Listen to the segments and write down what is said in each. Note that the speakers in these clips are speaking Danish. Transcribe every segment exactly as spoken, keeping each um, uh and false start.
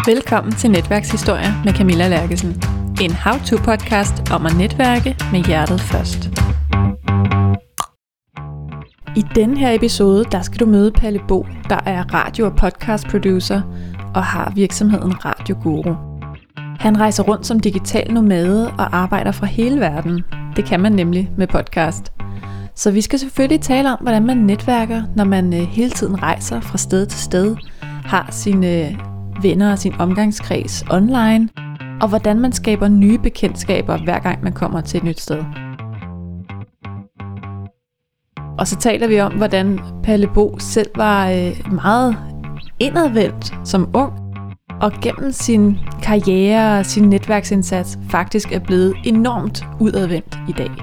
Velkommen til Netværkshistorier med Camilla Lerkesen. En how-to-podcast om at netværke med hjertet først. I denne her episode, der skal du møde Palle Bo, der er radio- og podcast-producer og har virksomheden Radio Guru. Han rejser rundt som digital nomade og arbejder fra hele verden. Det kan man nemlig med podcast. Så vi skal selvfølgelig tale om, hvordan man netværker, når man hele tiden rejser fra sted til sted, har sine venner og sin omgangskreds online, og hvordan man skaber nye bekendtskaber, hver gang man kommer til et nyt sted. Og så taler vi om, hvordan Palle Bo selv var øh, meget indadvendt som ung, og gennem sin karriere og sin netværksindsats faktisk er blevet enormt udadvendt i dag.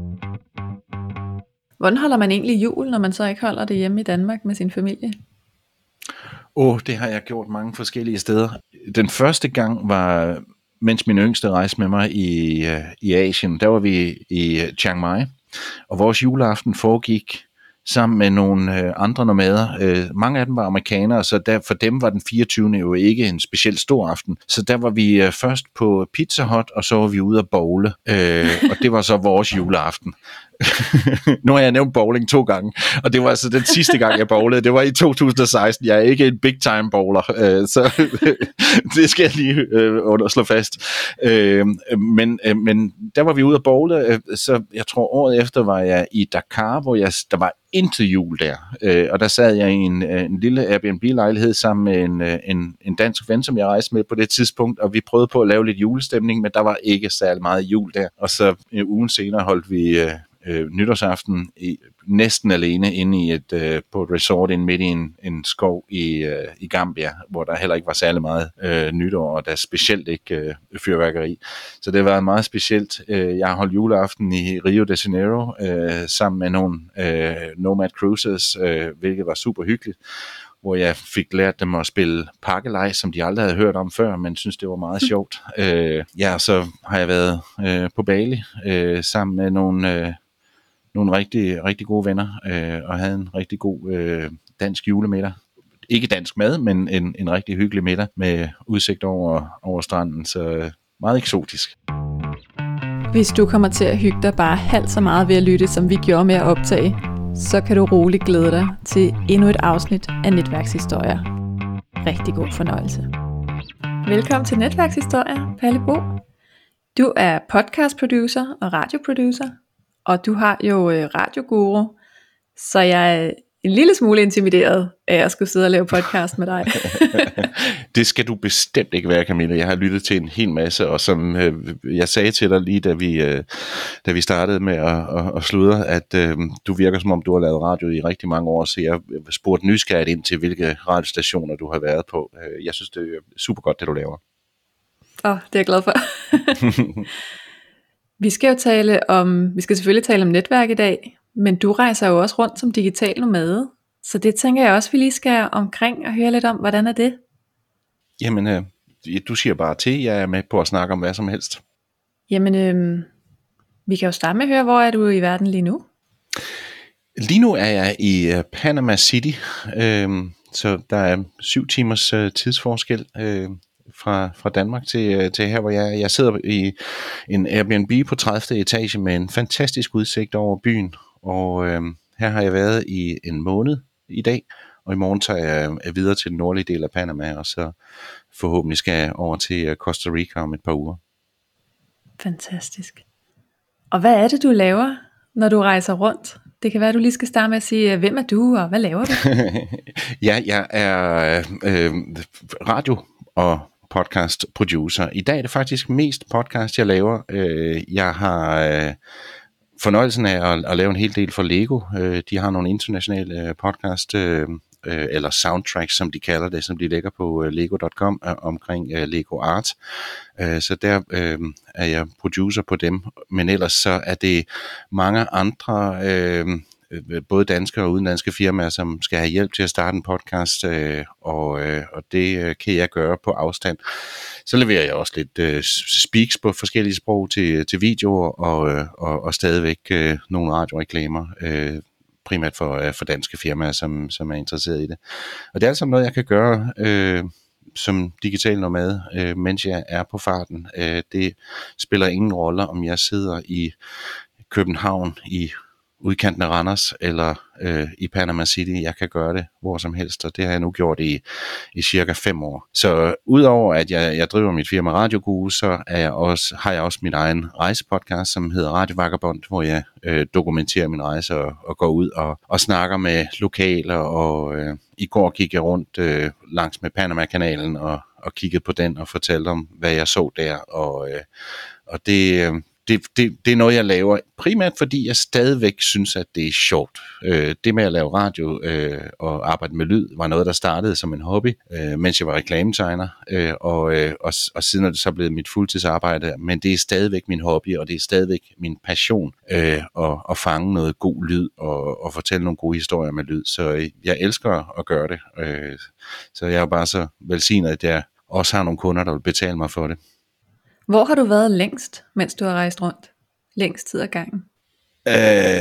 Hvordan holder man egentlig jul, når man så ikke holder det hjemme i Danmark med sin familie? Åh, oh, det har jeg gjort mange forskellige steder. Den første gang var, mens min yngste rejste med mig i, uh, i Asien. Der var vi i Chiang Mai, og vores juleaften foregik sammen med nogle uh, andre nomader. Uh, mange af dem var amerikanere, så der, for dem var den fireogtyvende jo ikke en specielt stor aften. Så der var vi uh, først på Pizza Hut, og så var vi ude at bowle, uh, og det var så vores juleaften. Nu har jeg nævnt bowling to gange, og det var altså den sidste gang jeg bowlede. Det var i to tusind og seksten. Jeg er ikke en big time bowler, øh, så det skal jeg lige øh, underslå fast. Øh, men, øh, men der var vi ude at bowle, øh, så jeg tror året efter var jeg i Dakar, hvor jeg, der var intet jul der, øh, og der sad jeg i en, en lille Airbnb-lejlighed sammen med en, en, en dansk ven, som jeg rejste med på det tidspunkt, og vi prøvede på at lave lidt julestemning, men der var ikke særlig meget jul der. Og så en uge senere holdt vi øh, øh, nytårsaften i, næsten alene inde i et, øh, på et resort inde midt i en, en skov i, øh, i Gambia, hvor der heller ikke var særlig meget øh, nytår, og der er specielt ikke øh, fyrværkeri. Så det var meget specielt. Jeg har holdt juleaften i Rio de Janeiro øh, sammen med nogle øh, Nomad Cruises, øh, hvilket var super hyggeligt, hvor jeg fik lært dem at spille pakkelej, som de aldrig havde hørt om før, men synes det var meget sjovt. Øh, ja, så har jeg været øh, på Bali øh, sammen med nogle, øh, nogle rigtig, rigtig gode venner, øh, og havde en rigtig god øh, dansk julemiddag. Ikke dansk mad, men en, en rigtig hyggelig middag med udsigt over, over stranden, så meget eksotisk. Hvis du kommer til at hygge dig bare halvt så meget ved at lytte, som vi gjorde med at optage, så kan du roligt glæde dig til endnu et afsnit af Netværkshistorier. Rigtig god fornøjelse. Velkommen til Netværkshistorier, Palle Bo. Du er podcastproducer og radioproducer, og du har jo Radio Guru, så jeg er en lille smule intimideret af at skulle sidde og lave podcast med dig. Det skal du bestemt ikke være, Camilla. Jeg har lyttet til en hel masse, og som øh, jeg sagde til dig lige, da vi, øh, da vi startede med at, at, at sludre, at øh, du virker som om, du har lavet radio i rigtig mange år, så jeg spurgte nysgerrigt ind til, hvilke radiostationer du har været på. Jeg synes, det er super godt, det du laver. Åh, oh, det er jeg glad for. Vi skal jo tale om, vi skal selvfølgelig tale om netværk i dag, men du rejser jo også rundt som digital nomade, så det tænker jeg også, vi lige skal omkring og høre lidt om, hvordan er det? Jamen, øh, du siger bare til, jeg er med på at snakke om hvad som helst. Jamen, øh, vi kan jo starte med at høre, hvor er du i verden lige nu? Lige nu er jeg i uh, Panama City, øh, så der er syv timers uh, tidsforskel øh, fra, fra Danmark til, uh, til her, hvor jeg er. Jeg sidder i en Airbnb på tredivte etage med en fantastisk udsigt over byen, og øh, her har jeg været i en måned i dag, og i morgen tager jeg videre til den nordlige del af Panama, og så forhåbentlig skal jeg over til Costa Rica om et par uger. Fantastisk. Og hvad er det, du laver, når du rejser rundt? Det kan være, at du lige skal starte med at sige, hvem er du, og hvad laver du? Ja, jeg er øh, radio- og podcast producer. I dag er det faktisk mest podcast, jeg laver. Øh, jeg har øh, fornøjelsen af at, at lave en hel del for Lego. Øh, de har nogle internationale podcast, øh, eller soundtracks, som de kalder det, som de lægger på uh, lego punktum com uh, omkring uh, Lego Art. Uh, så der uh, er jeg producer på dem, men ellers så er det mange andre, uh, både danske og udenlandske firmaer, som skal have hjælp til at starte en podcast, uh, og, uh, og det uh, kan jeg gøre på afstand. Så leverer jeg også lidt uh, speaks på forskellige sprog til, til videoer, og, uh, og, og stadigvæk uh, nogle radioreklamer, uh, primært for, for danske firmaer, som, som er interesseret i det. Og det er altså noget, jeg kan gøre øh, som digital nomade, øh, mens jeg er på farten. Øh, det spiller ingen rolle, om jeg sidder i København i udkanten af Randers eller øh, i Panama City. Jeg kan gøre det hvor som helst, og det har jeg nu gjort i, i cirka fem år. Så udover at jeg, jeg driver mit firma Radio Guru, så er jeg også, har jeg også min egen rejsepodcast, som hedder Radio Vagabond, hvor jeg øh, dokumenterer min rejse og, og går ud og, og snakker med lokale. Og øh, i går gik jeg rundt øh, langs med Panama-kanalen og, og kiggede på den og fortalte om, hvad jeg så der. Og, øh, og det... Øh, Det, det, det er noget, jeg laver primært, fordi jeg stadigvæk synes, at det er sjovt. Øh, det med at lave radio øh, og arbejde med lyd, var noget, der startede som en hobby, øh, mens jeg var reklametegner, øh, og, øh, og, og siden er det så blevet mit fuldtidsarbejde, men det er stadigvæk min hobby, og det er stadigvæk min passion øh, at, at fange noget god lyd og, og fortælle nogle gode historier med lyd. Så øh, jeg elsker at gøre det. Øh, så jeg er bare så velsignet, at jeg også har nogle kunder, der vil betale mig for det. Hvor har du været længst, mens du har rejst rundt? Længst tid ad gangen? Øh,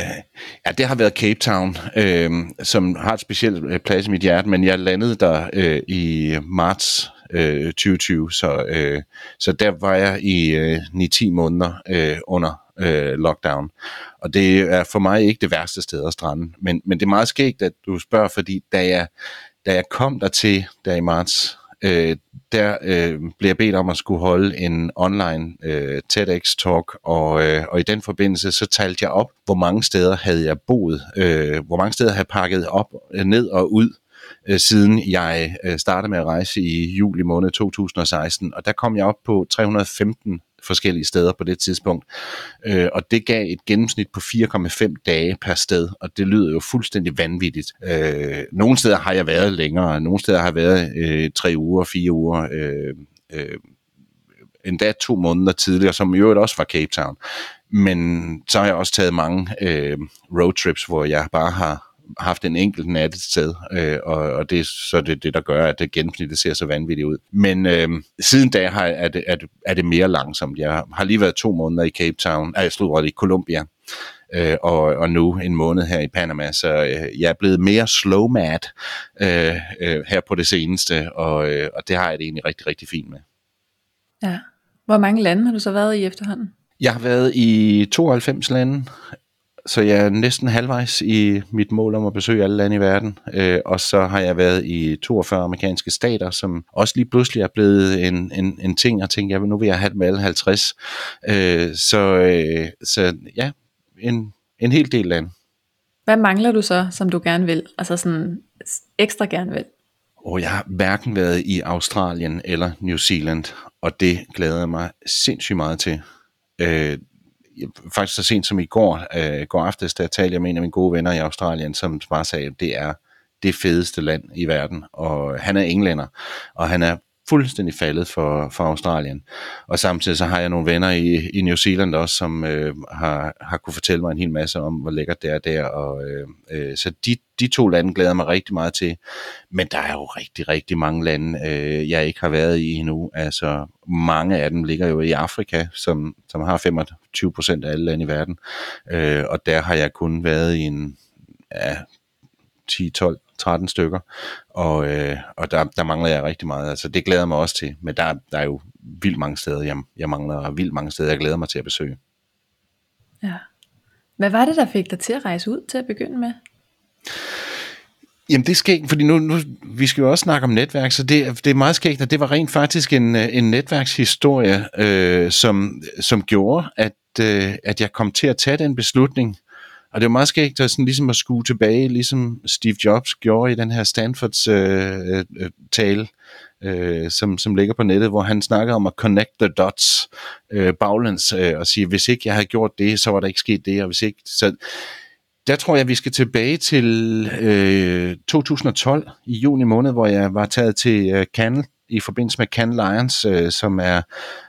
ja, det har været Cape Town, øh, som har et specielt plads i mit hjerte, men jeg landede der øh, i marts øh, tyve tyve, så, øh, så der var jeg i øh, ni til ti måneder øh, under øh, lockdown. Og det er for mig ikke det værste sted at strande, men, men det er meget skægt, at du spørger, fordi da jeg, da jeg kom dertil der i marts, Øh, der øh, blev jeg bedt om at skulle holde en online øh, TEDx-talk, og, øh, og i den forbindelse så talte jeg op, hvor mange steder havde jeg boet, øh, hvor mange steder havde jeg pakket op, øh, ned og ud, øh, siden jeg øh, startede med at rejse i juli måned to tusind og seksten, og der kom jeg op på tre hundrede og femten forskellige steder på det tidspunkt, øh, og det gav et gennemsnit på fire komma fem dage per sted, og det lyder jo fuldstændig vanvittigt. Øh, nogle steder har jeg været længere, nogle steder har jeg været øh, tre uger, fire uger, øh, øh, endda to måneder tidligere, som i øvrigt også var Cape Town. Men så har jeg også taget mange øh, roadtrips, hvor jeg bare har haft en enkelt nat et sted, øh, og, og det er så det, det, der gør, at det gennemsnittet ser så vanvittigt ud. Men øh, siden da har, er, det, er, det, er det mere langsomt. Jeg har lige været to måneder i Cape Town, jeg stod i Colombia, øh, og, og nu en måned her i Panama, så øh, jeg er blevet mere slow mad øh, øh, her på det seneste, og, øh, og det har jeg det egentlig rigtig, rigtig fint med. Ja. Hvor mange lande har du så været i efterhånden? Jeg har været i tooghalvfems lande, så jeg er næsten halvvejs i mit mål om at besøge alle lande i verden, øh, og så har jeg været i toogfyrre amerikanske stater, som også lige pludselig er blevet en, en, en ting, og tænkte, ja, nu vil jeg have det med alle halvtreds, øh, så, øh, så ja, en, en hel del lande. Hvad mangler du så, som du gerne vil, altså sådan ekstra gerne vil? Og jeg har hverken været i Australien eller New Zealand, og det glæder jeg mig sindssygt meget til. Øh, faktisk så sent som i går, øh, går aftes, der talte jeg med en af mine gode venner i Australien, som bare sagde, at det er det fedeste land i verden, og han er englænder, og han er fuldstændig faldet for, for Australien. Og samtidig så har jeg nogle venner i, i New Zealand også, som øh, har, har kunne fortælle mig en hel masse om, hvor lækkert det er der, og øh, øh, så de, de to lande glæder mig rigtig meget til, men der er jo rigtig, rigtig mange lande, øh, jeg ikke har været i endnu. Altså mange af dem ligger jo i Afrika, som, som har femogtyve procent af alle lande i verden, øh, og der har jeg kun været i en ja, ti, tolv, tretten stykker, og, øh, og der, der mangler jeg rigtig meget, altså det glæder jeg mig også til, men der, der er jo vildt mange steder, jeg, jeg mangler vildt mange steder, jeg glæder mig til at besøge. Ja. Hvad var det, der fik dig til at rejse ud til at begynde med? Jamen det er skægt, fordi nu, nu vi skal jo også snakke om netværk, så det, det er meget skægt, og det var rent faktisk en, en netværkshistorie, øh, som, som gjorde, at, øh, at jeg kom til at tage den beslutning. Og det var meget skægt at sådan ligesom at skue tilbage, ligesom Steve Jobs gjorde i den her Stanfords øh, øh, tale, øh, som, som ligger på nettet, hvor han snakkede om at connect the dots øh, baglæns øh, og sige, hvis ikke jeg havde gjort det, så var der ikke sket det, og hvis ikke, så der tror jeg, vi skal tilbage til øh, to tusind og tolv i juni måned, hvor jeg var taget til øh, Cannes i forbindelse med Cannes Lions, øh, som er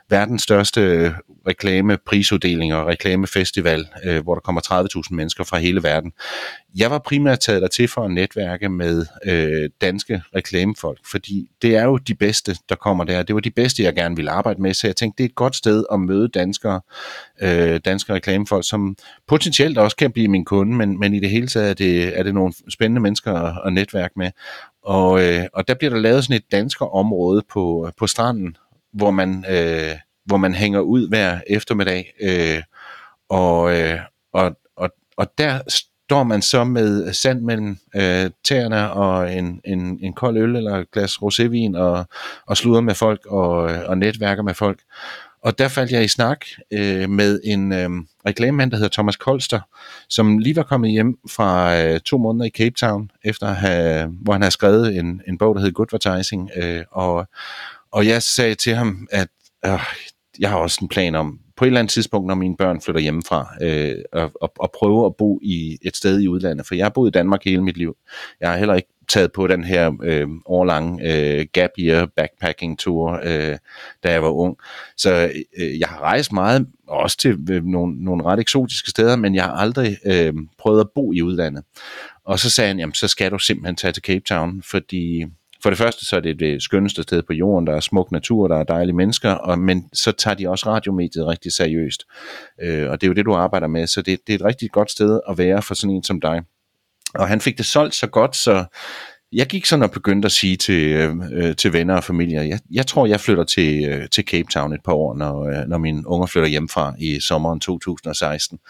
verdens største reklameprisuddeling og reklamefestival, øh, hvor der kommer tredive tusind mennesker fra hele verden. Jeg var primært taget der til for at netværke med øh, danske reklamefolk, fordi det er jo de bedste, der kommer der. Det var de bedste, jeg gerne ville arbejde med, så jeg tænkte, det er et godt sted at møde danskere, øh, danske reklamefolk, som potentielt også kan blive min kunde, men, men i det hele taget er det, er det nogle spændende mennesker at, at netværke med. Og, øh, og der bliver der lavet sådan et dansker område på, på stranden, hvor man, øh, hvor man hænger ud hver eftermiddag, øh, og, øh, og, og, og der står man så med sand mellem øh, tæerne og en, en, en kold øl eller et glas rosévin og, og sluder med folk og, og netværker med folk. Og der faldt jeg i snak øh, med en øh, reklamemand, der hedder Thomas Kolster, som lige var kommet hjem fra øh, to måneder i Cape Town, efter at have, hvor han havde skrevet en, en bog, der hed Goodvertising. Øh, og, og jeg sagde til ham, at øh, jeg har også en plan om, på et eller andet tidspunkt, når mine børn flytter hjemmefra, øh, og, og, og prøve at bo i et sted i udlandet. For jeg har boet i Danmark hele mit liv. Jeg har heller ikke taget på den her øh, årlange øh, gap year backpacking tour, øh, da jeg var ung. Så øh, jeg har rejst meget, også til øh, nogle, nogle ret eksotiske steder, men jeg har aldrig øh, prøvet at bo i udlandet. Og så sagde han, jamen så skal du simpelthen tage til Cape Town, fordi for det første så er det det skønneste sted på jorden, der er smuk natur, der er dejlige mennesker, og, men så tager de også radiomediet rigtig seriøst. Øh, og det er jo det, du arbejder med, så det, det er et rigtig godt sted at være for sådan en som dig. Og han fik det solgt så godt, så jeg gik sådan og begyndte at sige til, øh, til venner og familier, jeg, jeg tror, jeg flytter til, øh, til Cape Town et par år, når, øh, når mine unger flytter hjemmefra i sommeren to tusind og seksten.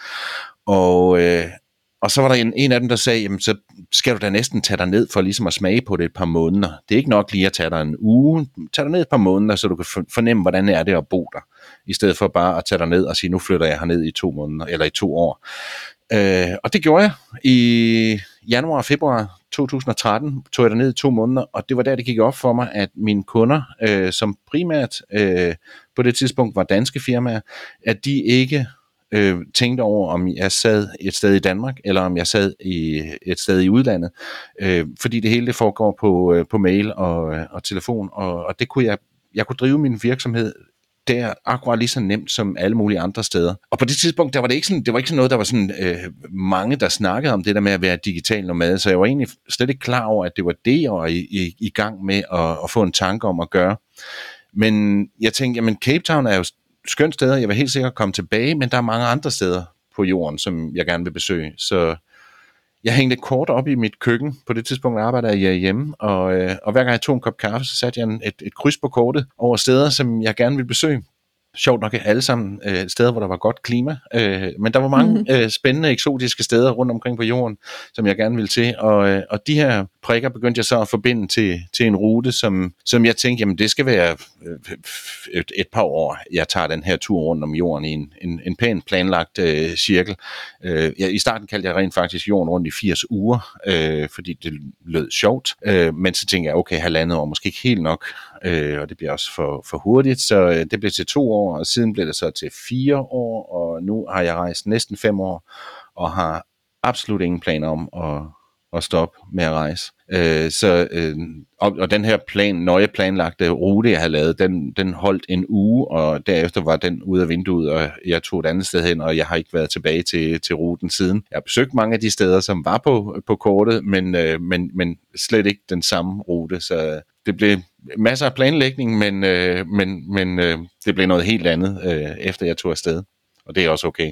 Og, øh, og så var der en, en af dem, der sagde, jamen så skal du da næsten tage dig ned for ligesom at smage på det et par måneder. Det er ikke nok lige at tage dig en uge. Tag dig ned et par måneder, så du kan fornemme, hvordan er det at bo der, i stedet for bare at tage dig ned og sige, nu flytter jeg herned i to måneder, eller i to år. Øh, og det gjorde jeg i januar og februar to tusind og tretten, tog jeg derned i to måneder, og det var der, det gik op for mig, at mine kunder, øh, som primært øh, på det tidspunkt var danske firmaer, at de ikke øh, tænkte over, om jeg sad et sted i Danmark, eller om jeg sad i et sted i udlandet, øh, fordi det hele det foregår på, øh, på mail og, og telefon, og, og det kunne jeg, jeg kunne drive min virksomhed der akkurat lige så nemt som alle mulige andre steder. Og på det tidspunkt, der var det ikke sådan, det var ikke sådan noget, der var sådan øh, mange, der snakkede om det der med at være digital nomade, så jeg var egentlig slet ikke klar over, at det var det, jeg var i, i, i gang med at, at få en tanke om at gøre. Men jeg tænkte, jamen Cape Town er jo et skønt sted, jeg vil helt sikkert komme tilbage, men der er mange andre steder på jorden, som jeg gerne vil besøge. Så jeg hængte et kort op i mit køkken. På det tidspunkt arbejdede jeg hjemme, og, øh, og hver gang jeg tog en kop kaffe, så satte jeg en, et, et kryds på kortet over steder, som jeg gerne ville besøge. Sjovt nok alle sammen øh, steder, hvor der var godt klima, øh, men der var mange mm-hmm. øh, spændende, eksotiske steder rundt omkring på jorden, som jeg gerne ville til, og, øh, og de her prikker begyndte jeg så at forbinde til, til en rute, som, som jeg tænkte, jamen det skal være øh, et, et par år, jeg tager den her tur rundt om jorden i en, en, en pænt planlagt øh, cirkel. Øh, jeg, I starten kaldte jeg rent faktisk jorden rundt i firs uger, øh, fordi det lød sjovt, øh, men så tænkte jeg, okay, halvandet år, måske ikke helt nok, øh, og det bliver også for, for hurtigt, så øh, det blev til to år, og siden blev det så til fire år, og nu har jeg rejst næsten fem år, og har absolut ingen planer om at, at stoppe med at rejse. Øh, så, øh, og, og den her plan, nøje planlagte rute, jeg havde lavet, den, den holdt en uge, og derefter var den ude af vinduet, og jeg tog et andet sted hen, og jeg har ikke været tilbage til, til ruten siden. Jeg har besøgt mange af de steder, som var på, på kortet, men, øh, men, men slet ikke den samme rute, så det blev masser af planlægning, men, øh, men, men øh, det blev noget helt andet, øh, efter jeg tog afsted, og det er også okay.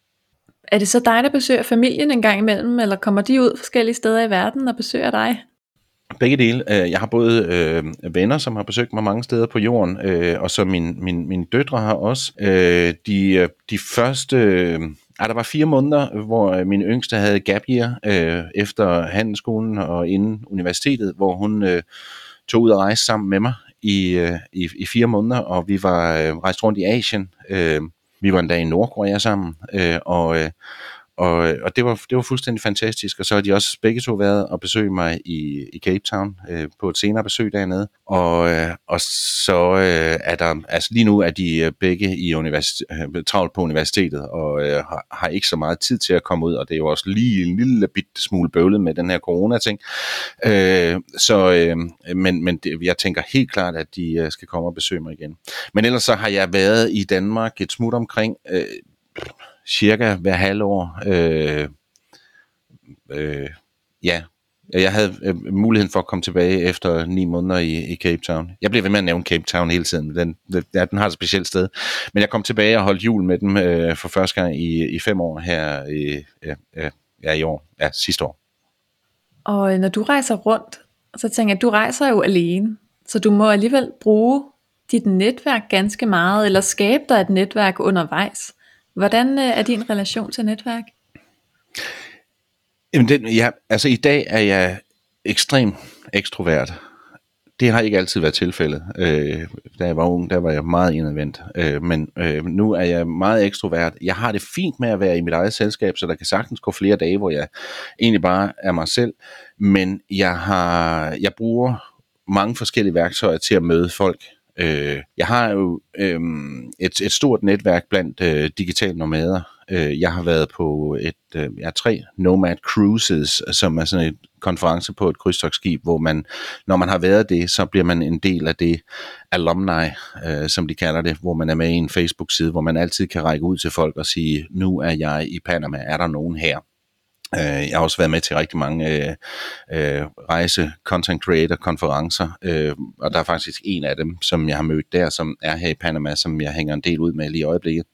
Er det så dig, der besøger familien en gang imellem, eller kommer de ud forskellige steder i verden og besøger dig? Begge dele. Jeg har både øh, venner, som har besøgt mig mange steder på jorden, øh, og så min, min, mine døtre har også. Øh, de, de første... Øh, der var fire måneder, hvor min yngste havde gap year øh, efter handelsskolen og inden universitetet, hvor hun øh, tog ud og rejse sammen med mig i, øh, i, i fire måneder, og vi var øh, rejst rundt i Asien. Øh, vi var endda i Nordkorea sammen, øh, og... Øh, og, og det, var, det var fuldstændig fantastisk, og så har de også begge to været og besøge mig i, i Cape Town øh, på et senere besøg dernede, og, øh, og så øh, er der, altså lige nu er de begge i univers- øh, travlt på universitetet, og øh, har, har ikke så meget tid til at komme ud, og det er jo også lige en lille bitte smule bøvlet med den her corona-ting, øh, så, øh, men, men det, jeg tænker helt klart, at de øh, skal komme og besøge mig igen. Men ellers så har jeg været i Danmark et smut omkring øh, cirka hver halvår. Øh, øh, ja, jeg havde øh, muligheden for at komme tilbage efter ni måneder i, i Cape Town. Jeg bliver ved med at nævne Cape Town hele tiden. Den, den, den har et specielt sted. Men jeg kom tilbage og holdt jul med dem øh, for første gang i, i fem år her i, øh, ja, i år. Ja, sidste år. Og når du rejser rundt, så tænker jeg, at du rejser jo alene. Så du må alligevel bruge dit netværk ganske meget, eller skabe dig et netværk undervejs. Hvordan er din relation til netværk? Jamen den, ja, altså i dag er jeg ekstremt ekstrovert. Det har ikke altid været tilfældet. Øh, da jeg var ung, der var jeg meget indadvendt. Øh, men øh, nu er jeg meget ekstrovert. Jeg har det fint med at være i mit eget selskab, så der kan sagtens gå flere dage, hvor jeg egentlig bare er mig selv. Men jeg har, jeg bruger mange forskellige værktøjer til at møde folk. Øh, jeg har jo øh, et, et stort netværk blandt øh, digitale nomader. Øh, jeg har været på et, øh, jeg har tre Nomad Cruises, som er sådan en konference på et krydstogtskib, hvor man, når man har været det, så bliver man en del af det alumni, øh, som de kalder det, hvor man er med i en Facebook-side, hvor man altid kan række ud til folk og sige, nu er jeg i Panama, er der nogen her? Jeg har også været med til rigtig mange øh, øh, rejse, content creator konferencer, øh, og der er faktisk en af dem, som jeg har mødt der, som er her i Panama, som jeg hænger en del ud med lige i øjeblikket.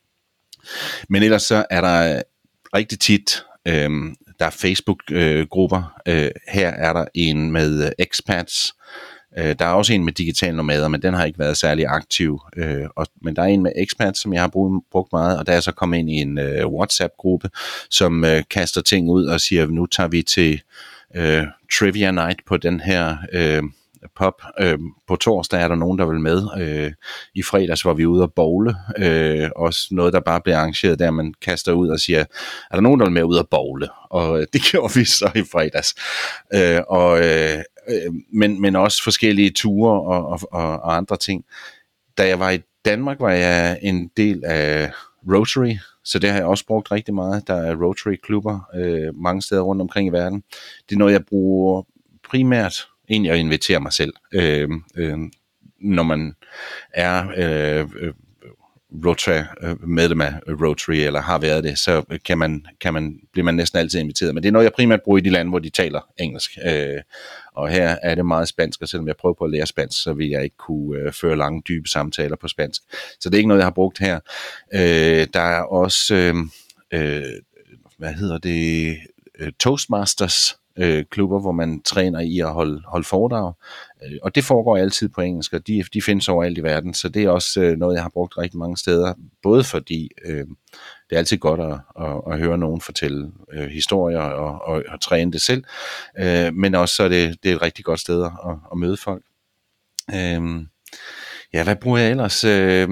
Men ellers så er der rigtig tit, øh, der er Facebook-grupper. Øh, her er der en med expats. Øh, der er også en med digital nomader, men den har ikke været særlig aktiv. Øh, og, men der er en med expats, som jeg har brugt, brugt meget, og der er så kommet ind i en øh, WhatsApp-gruppe, som øh, kaster ting ud og siger, nu tager vi til øh, Trivia Night på den her øh, pop. Øh, på torsdag er der nogen, der vil med. Øh, I fredags var vi ude at bowle. Øh, også noget, der bare bliver arrangeret, der man kaster ud og siger, er der nogen, der vil med ud at bowle? Og øh, det gjorde vi så i fredags. Øh, og, øh, øh, men, men også forskellige ture og, og, og, og andre ting. Da jeg var i Danmark, var jeg en del af Rotary, så det har jeg også brugt rigtig meget. Der er Rotary-klubber øh, mange steder rundt omkring i verden. Det er noget, jeg bruger primært egentlig at invitere mig selv. Øh, øh, når man er øh, øh, Rotary, øh, medlem af Rotary, eller har været det, så kan man, kan man, bliver man næsten altid inviteret. Men det er noget, jeg primært bruger i de lande, hvor de taler engelsk. Øh, og her er det meget spansk, og selvom jeg prøver på at lære spansk, så vil jeg ikke kunne øh, føre lange, dybe samtaler på spansk. Så det er ikke noget, jeg har brugt her. Øh, der er også, øh, øh, hvad hedder det, Toastmasters, Øh, klubber, hvor man træner i at holde, holde foredrag, øh, og det foregår altid på engelsk, og de, de findes overalt i verden, så det er også øh, noget, jeg har brugt rigtig mange steder, både fordi øh, det er altid godt at, at, at høre nogen fortælle øh, historier og, og, og træne det selv, øh, men også så er det, det er et rigtig godt sted at, at møde folk. Øh, ja, hvad bruger jeg ellers? Øh,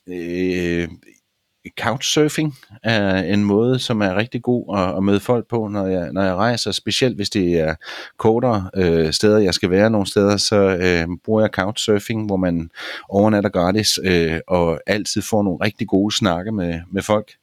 øh, Couchsurfing er en måde, som er rigtig god at, at møde folk på, når jeg, når jeg rejser, specielt hvis det er kortere øh, steder, jeg skal være nogle steder, så øh, bruger jeg couchsurfing, hvor man overnatter gratis øh, og altid får nogle rigtig gode snakke med, med folk.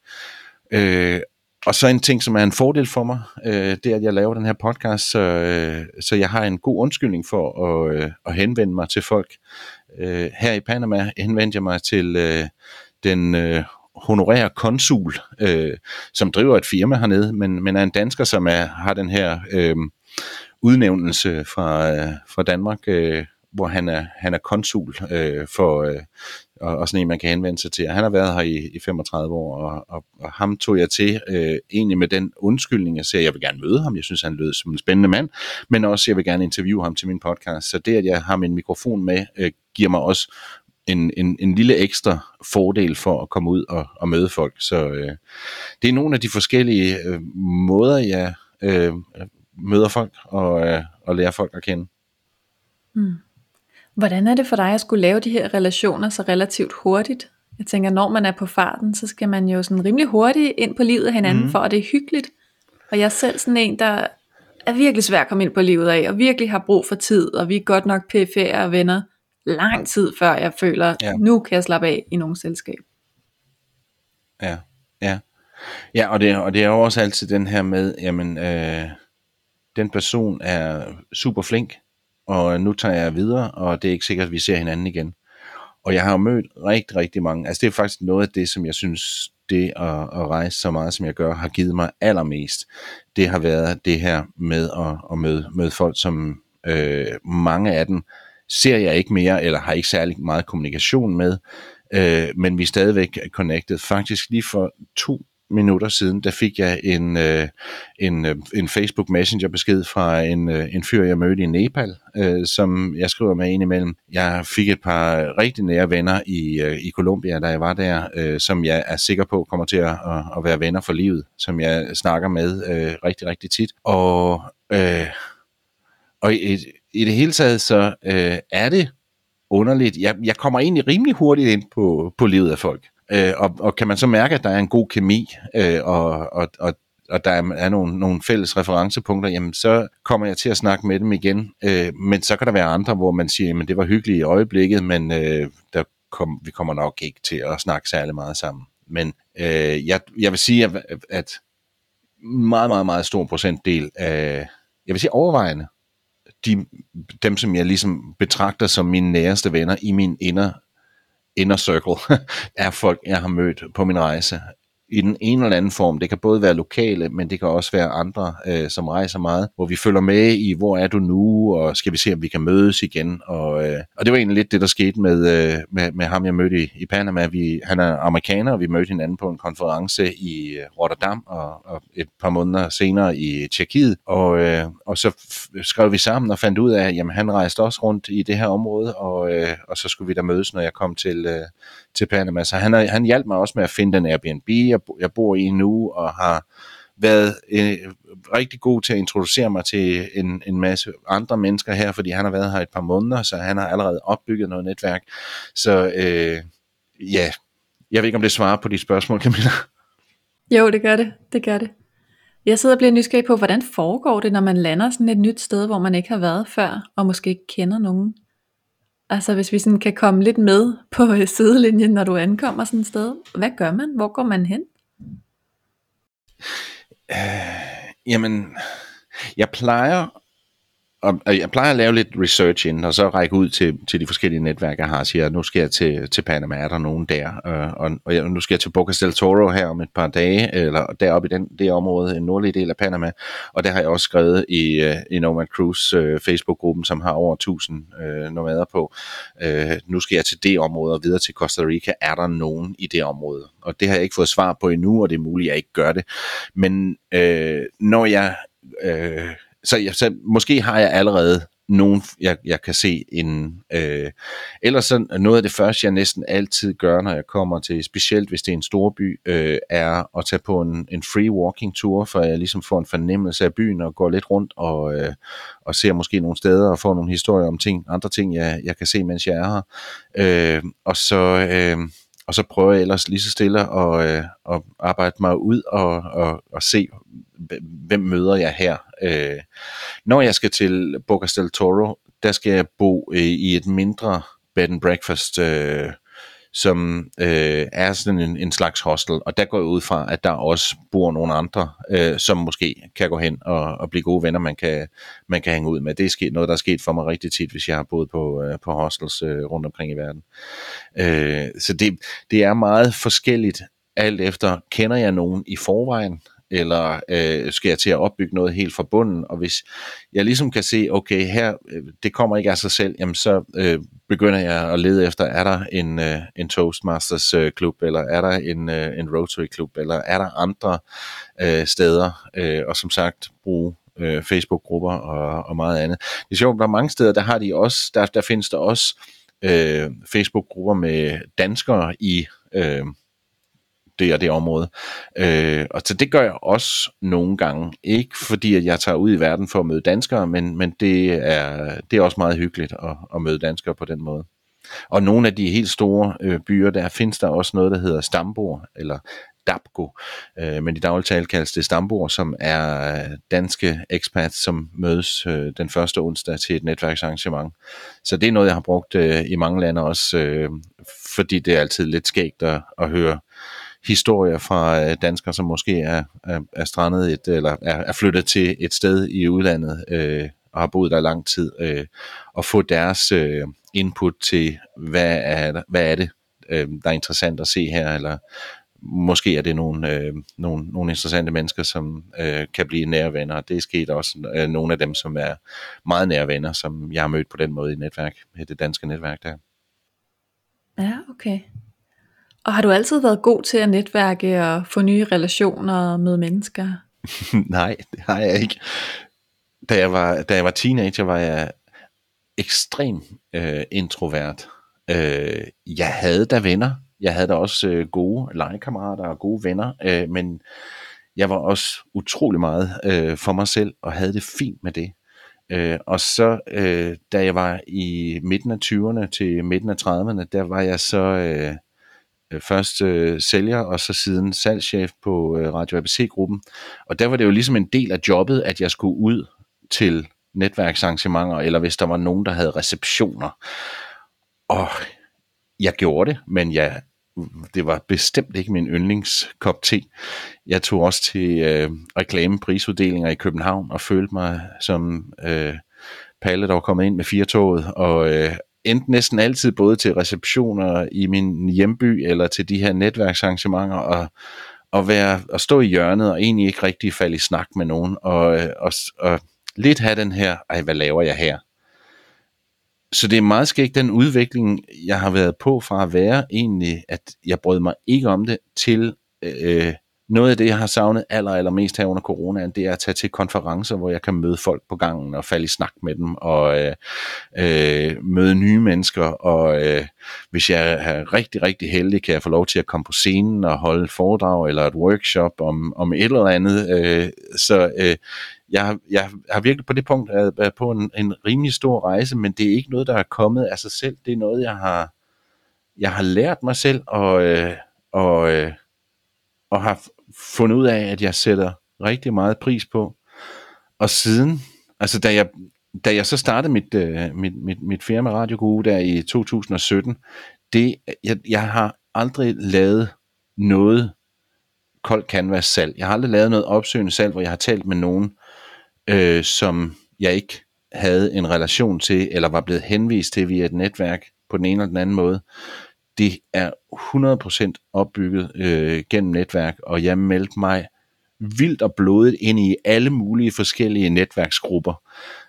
Øh, og så en ting, som er en fordel for mig, øh, det er, at jeg laver den her podcast, så, øh, så jeg har en god undskyldning for at, øh, at henvende mig til folk. Øh, her i Panama henvendte jeg mig til øh, den øh, honorære konsul, øh, som driver et firma hernede, men, men er en dansker, som er, har den her øh, udnævnelse fra, øh, fra Danmark, øh, hvor han er, han er konsul øh, for, øh, og, og sådan en, man kan henvende sig til. Han har været her i, i femogtredive år, og, og, og ham tog jeg til øh, egentlig med den undskyldning, jeg siger, jeg vil gerne møde ham, jeg synes, han lød som en spændende mand, men også, jeg vil gerne interviewe ham til min podcast. Så det, at jeg har min mikrofon med, øh, giver mig også En, en, en lille ekstra fordel for at komme ud og, og møde folk. Så øh, det er nogle af de forskellige øh, måder, jeg øh, møder folk og, øh, og lærer folk at kende. Hmm. Hvordan er det for dig at skulle lave de her relationer så relativt hurtigt? Jeg tænker, når man er på farten, så skal man jo sådan rimelig hurtigt ind på livet af hinanden, mm. for at det er hyggeligt. Og jeg er selv sådan en, der er virkelig svær at komme ind på livet af, og virkelig har brug for tid, og vi er godt nok perifære og venner lang tid før jeg føler, Ja. nu kan jeg slappe af i nogen selskab. Ja, ja. Ja, og det, og det er jo også altid den her med, jamen, øh, den person er super flink, og nu tager jeg videre, og det er ikke sikkert, at vi ser hinanden igen. Og jeg har jo mødt rigtig, rigtig mange, altså det er faktisk noget af det, som jeg synes, det at, at rejse så meget, som jeg gør, har givet mig allermest. Det har været det her med at, at møde, møde folk, som øh, mange af dem ser jeg ikke mere, eller har ikke særlig meget kommunikation med, øh, men vi er stadigvæk connected. Faktisk lige for to minutter siden, der fik jeg en, øh, en, øh, en Facebook Messenger besked fra en, øh, en fyr, jeg mødte i Nepal, øh, som jeg skriver med ind imellem. Jeg fik et par rigtig nære venner i, øh, i Colombia, da jeg var der, øh, som jeg er sikker på kommer til at, at være venner for livet, som jeg snakker med øh, rigtig, rigtig tit. Og, øh, og i, i det hele taget, så øh, er det underligt. Jeg, jeg kommer egentlig rimelig hurtigt ind på, på livet af folk. Øh, og, og kan man så mærke, at der er en god kemi, øh, og, og, og, og der er, er nogle, nogle fælles referencepunkter, jamen så kommer jeg til at snakke med dem igen. Øh, men så kan der være andre, hvor man siger, jamen det var hyggeligt i øjeblikket, men øh, der kom, vi kommer nok ikke til at snakke særlig meget sammen. Men øh, jeg, jeg vil sige, at, at meget, meget, meget stor procentdel af, jeg vil sige overvejende, de, dem som jeg ligesom betragter som mine næreste venner i min inner inner circle, er folk, jeg har mødt på min rejse. I den ene eller anden form. Det kan både være lokale, men det kan også være andre, øh, som rejser meget, hvor vi følger med i, hvor er du nu, og skal vi se, om vi kan mødes igen. Og, øh, og det var egentlig lidt det, der skete med, øh, med, med ham, jeg mødte i, i Panama. Vi, han er amerikaner, og vi mødte hinanden på en konference i Rotterdam, og, og et par måneder senere i Tjekkiet. Og, øh, og så f- skrev vi sammen og fandt ud af, at jamen, han rejste også rundt i det her område, og, øh, og så skulle vi da mødes, når jeg kom til, øh, til Panama. Så han, han hjalp mig også med at finde den Airbnb, jeg, jeg bor i nu, og har været øh, rigtig god til at introducere mig til en, en masse andre mennesker her, fordi han har været her et par måneder, så han har allerede opbygget noget netværk. Så øh, ja, jeg ved ikke, om det svarer på de spørgsmål, Camilla. Jo, det gør det, det gør det. Jeg sidder og bliver nysgerrig på, hvordan foregår det, når man lander sådan et nyt sted, hvor man ikke har været før, og måske ikke kender nogen. Altså hvis vi sådan kan komme lidt med på sidelinjen, når du ankommer sådan et sted. Hvad gør man? Hvor går man hen? Øh, jamen, jeg plejer, og jeg plejer at lave lidt research inden, og så række ud til, til de forskellige netværk, jeg har, og siger, nu skal jeg til, til Panama, er der nogen der, og, og jeg, nu skal jeg til Bocas del Toro her om et par dage, eller deroppe i den, det område, en nordlig del af Panama, og der har jeg også skrevet i, i Nomad Cruise uh, Facebook-gruppen, som har over tusind uh, nomader på, uh, nu skal jeg til det område og videre til Costa Rica, er der nogen i det område? Og det har jeg ikke fået svar på endnu, og det er muligt, at jeg ikke gør det, men uh, når jeg... Uh, Så, jeg, så måske har jeg allerede nogen, jeg, jeg kan se en, øh, ellers så noget af det første, jeg næsten altid gør, når jeg kommer til, specielt hvis det er en stor by, øh, er at tage på en, en free walking tour, for jeg ligesom får en fornemmelse af byen og går lidt rundt og, øh, og ser måske nogle steder og får nogle historier om ting, andre ting, jeg, jeg kan se, mens jeg er her. Øh, og så... Øh, Og så prøver jeg ellers lige så stille at, øh, at arbejde mig ud og, og, og se, hvem møder jeg her. Øh, når jeg skal til Bocas del Toro, der skal jeg bo øh, i et mindre bed and breakfast, øh, som øh, er sådan en, en slags hostel. Og der går jeg ud fra, at der også bor nogle andre, øh, som måske kan gå hen og, og blive gode venner, man kan, man kan hænge ud med. Det er sket, noget, der er sket for mig rigtig tit, hvis jeg har boet på, øh, på hostels øh, rundt omkring i verden. Øh, så det, det er meget forskelligt, alt efter, kender jeg nogen i forvejen, eller øh, skal jeg til at opbygge noget helt fra bunden, og hvis jeg ligesom kan se, okay, her, det kommer ikke af sig selv, jamen så øh, begynder jeg at lede efter, er der en, øh, en Toastmasters øh, klub, eller er der en, øh, en Rotary klub, eller er der andre øh, steder, øh, og som sagt, bruge øh, Facebook-grupper og, og meget andet. Det er sjovt, der er mange steder, der har de også, der, der findes der også øh, Facebook-grupper med danskere i øh, det og det område. Øh, og så det gør jeg også nogle gange. Ikke fordi, at jeg tager ud i verden for at møde danskere, men, men det, er, det er også meget hyggeligt at, at møde danskere på den måde. Og nogle af de helt store øh, byer, der findes der også noget, der hedder stambord, eller Dabgo, øh, men i daglig tale kaldes det Stamborg, som er danske expats, som mødes øh, den første onsdag til et netværksarrangement. Så det er noget, jeg har brugt øh, i mange lande også, øh, fordi det er altid lidt skægt at, at høre historier fra øh, danskere, som måske er, er, er strandet et, eller er, er flyttet til et sted i udlandet øh, og har boet der i lang tid, øh, og få deres øh, input til, hvad er, hvad er det, øh, der er interessant at se her, eller måske er det nogle, øh, nogle, nogle interessante mennesker, som øh, kan blive nære venner. Det er sket også øh, nogle af dem, som er meget nære venner, som jeg har mødt på den måde i netværk, det danske netværk der. Ja, okay. Og har du altid været god til at netværke og få nye relationer og møde mennesker? Nej, det har jeg ikke. Da jeg var, da jeg var teenager, var jeg ekstrem øh, introvert. Øh, jeg havde da venner. Jeg havde da også øh, gode legekammerater og gode venner, øh, men jeg var også utrolig meget øh, for mig selv og havde det fint med det. Øh, og så øh, da jeg var i midten af tyverne til midten af trediverne, der var jeg så øh, først øh, sælger og så siden salgschef på øh, Radio A B C-gruppen. Og der var det jo ligesom en del af jobbet, at jeg skulle ud til netværksarrangementer, eller hvis der var nogen, der havde receptioner. Og jeg gjorde det, men jeg, det var bestemt ikke min yndlingskop te. Jeg tog også til øh, reklameprisuddelinger i København og følte mig som øh, Palle, der var kommet ind med firetoget, og øh, endte næsten altid både til receptioner i min hjemby eller til de her netværksarrangementer og, og, være, og stå i hjørnet og egentlig ikke rigtig falde i snak med nogen og, og, og lidt have den her, ej, hvad laver jeg her? Så det er meget skægt den udvikling, jeg har været på fra at være egentlig, at jeg brød mig ikke om det, til øh, noget af det, jeg har savnet aller, aller mest her under coronaen, det er at tage til konferencer, hvor jeg kan møde folk på gangen og falde i snak med dem og øh, øh, møde nye mennesker. Og øh, hvis jeg er rigtig, rigtig heldig, kan jeg få lov til at komme på scenen og holde et foredrag eller et workshop om, om et eller andet. Øh, så øh, jeg, jeg har virkelig på det punkt været på en, en rimelig stor rejse, men det er ikke noget, der er kommet af sig selv. Det er noget, jeg har, jeg har lært mig selv og, øh, og, øh, og har fundet ud af, at jeg sætter rigtig meget pris på. Og siden, altså da jeg, da jeg så startede mit, øh, mit, mit, mit firma Radio Guru der i to tusind og sytten, det, jeg, jeg har aldrig lavet noget kold canvas salg. Jeg har aldrig lavet noget opsøgende salg, hvor jeg har talt med nogen, øh, som jeg ikke havde en relation til, eller var blevet henvist til via et netværk på den ene eller den anden måde. Det er hundrede procent opbygget øh, gennem netværk, og jeg meldte mig vildt og blodigt ind i alle mulige forskellige netværksgrupper.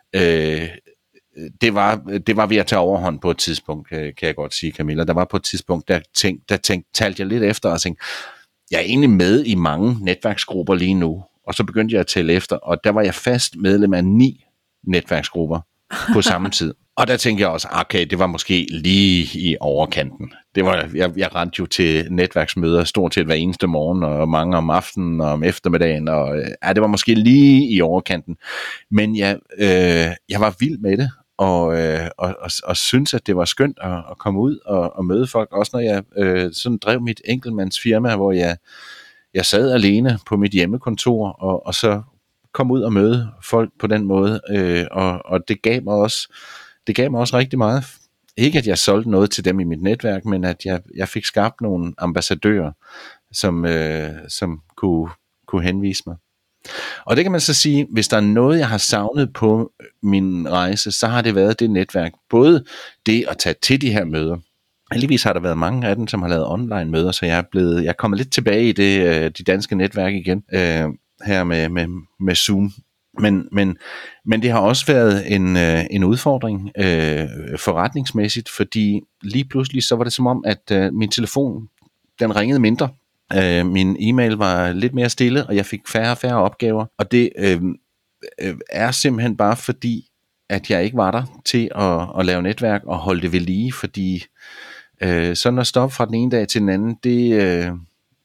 Øh, det, var, det var ved at tage overhånd på et tidspunkt, kan, kan jeg godt sige, Camilla. Der var på et tidspunkt, der, tænk, der tænk, talte jeg lidt efter og tænkte, jeg er egentlig med i mange netværksgrupper lige nu. Og så begyndte jeg at tælle efter, og der var jeg fast medlem af ni netværksgrupper på samme tid. Og der tænkte jeg også, okay, det var måske lige i overkanten. Det var, jeg, jeg rendte jo til netværksmøder stort set hver eneste morgen, og mange om aftenen og om eftermiddagen, og ja, det var måske lige i overkanten. Men jeg, øh, jeg var vild med det, og, øh, og, og, og synes, at det var skønt at, at komme ud og, og møde folk, også når jeg øh, sådan drev mit enkeltmandsfirma, hvor jeg, jeg sad alene på mit hjemmekontor, og, og så kom ud og møde folk på den måde, øh, og, og det gav mig også det gav mig også rigtig meget. Ikke at jeg solgte noget til dem i mit netværk, men at jeg, jeg fik skabt nogle ambassadører, som, øh, som kunne, kunne henvise mig. Og det kan man så sige, hvis der er noget, jeg har savnet på min rejse, så har det været det netværk. Både det at tage til de her møder. Heldigvis har der været mange af dem, som har lavet online møder, så jeg er, blevet, jeg er kommet lidt tilbage i det, de danske netværk igen, øh, her med, med, med Zoom. Men, men, men det har også været en, øh, en udfordring øh, forretningsmæssigt, fordi lige pludselig så var det som om, at øh, min telefon, den ringede mindre. Øh, min e-mail var lidt mere stille, og jeg fik færre og færre opgaver. Og det øh, øh, er simpelthen bare fordi, at jeg ikke var der til at, at lave netværk og holde det ved lige, fordi øh, sådan at stoppe fra den ene dag til den anden, det, øh,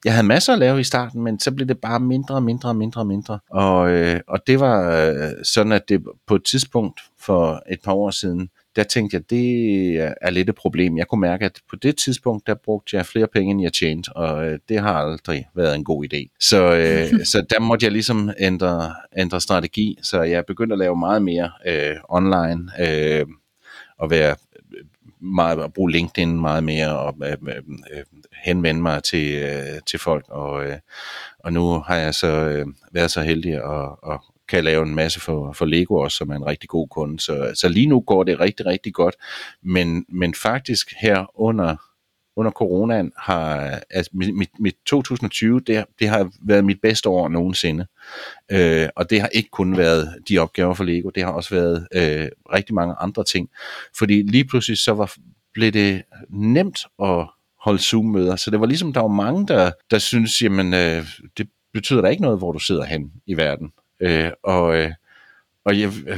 jeg havde masser at lave i starten, men så blev det bare mindre og mindre og mindre og mindre. Og, øh, og det var øh, sådan, at det på et tidspunkt for et par år siden, der tænkte jeg, det er lidt et problem. Jeg kunne mærke, at på det tidspunkt, der brugte jeg flere penge, end jeg tjente, og øh, det har aldrig været en god idé. Så, øh, så der måtte jeg ligesom ændre, ændre strategi, så jeg begyndte at lave meget mere øh, online, øh, og være meget, at bruge LinkedIn meget mere, og øh, øh, henvende mig til, øh, til folk, og, øh, og nu har jeg så øh, været så heldig at, at kan lave en masse for, for Lego også, som er en rigtig god kunde. Så, så lige nu går det rigtig, rigtig godt. Men, men faktisk her under, under coronaen har altså mit, mit, mit to tusind og tyve, det, det har været mit bedste år nogensinde. Øh, og det har ikke kun været de opgaver for Lego, det har også været øh, rigtig mange andre ting. Fordi lige pludselig så var, blev det nemt at holde Zoom-møder. Så det var ligesom, der var mange, der, der synes, jamen øh, det betyder da ikke noget, hvor du sidder hen i verden. Øh, og øh, og jeg, øh,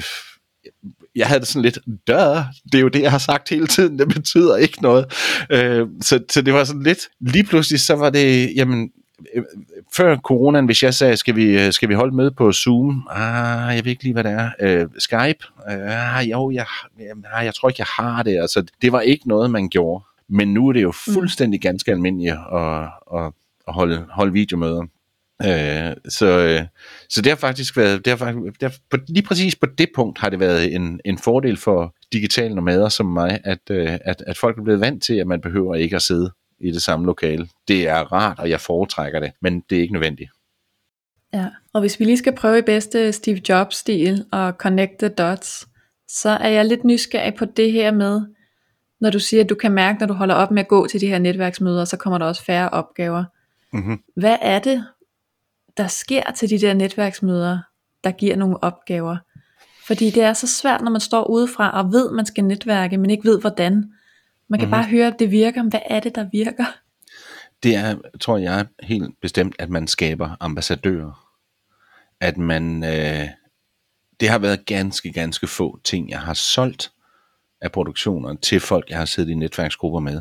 jeg havde det sådan lidt, dør, det er jo det, jeg har sagt hele tiden, det betyder ikke noget. Øh, så, så det var sådan lidt, lige pludselig så var det, jamen, øh, før coronaen, hvis jeg sagde, skal vi, skal vi holde møde på Zoom? Ah, jeg ved ikke lige, hvad det er. Øh, Skype? Ah, jo, jeg, jeg, jeg tror ikke, jeg har det. Altså, det var ikke noget, man gjorde. Men nu er det jo fuldstændig ganske almindeligt at, at, at holde, holde videomøder. Øh, så, øh, så det har faktisk været, det har faktisk, det har, på, lige præcis på det punkt har det været en, en fordel for digitale nomader som mig, at, øh, at, at folk er blevet vant til, at man behøver ikke at sidde i det samme lokale. Det er rart, og jeg foretrækker det, men det er ikke nødvendigt. Ja, og hvis vi lige skal prøve i bedste Steve Jobs-stil og connect the dots, så er jeg lidt nysgerrig på det her med, når du siger, at du kan mærke, når du holder op med at gå til de her netværksmøder, så kommer der også færre opgaver. Mm-hmm. Hvad er det, der sker til de der netværksmøder, der giver nogle opgaver? Fordi det er så svært, når man står udefra og ved, man skal netværke, men ikke ved hvordan. Man kan mm-hmm. bare høre, at det virker. Hvad er det, der virker? Det er, tror jeg, helt bestemt, at man skaber ambassadører. At man, øh, det har været ganske, ganske få ting, jeg har solgt af produktioner til folk, jeg har siddet i netværksgrupper med.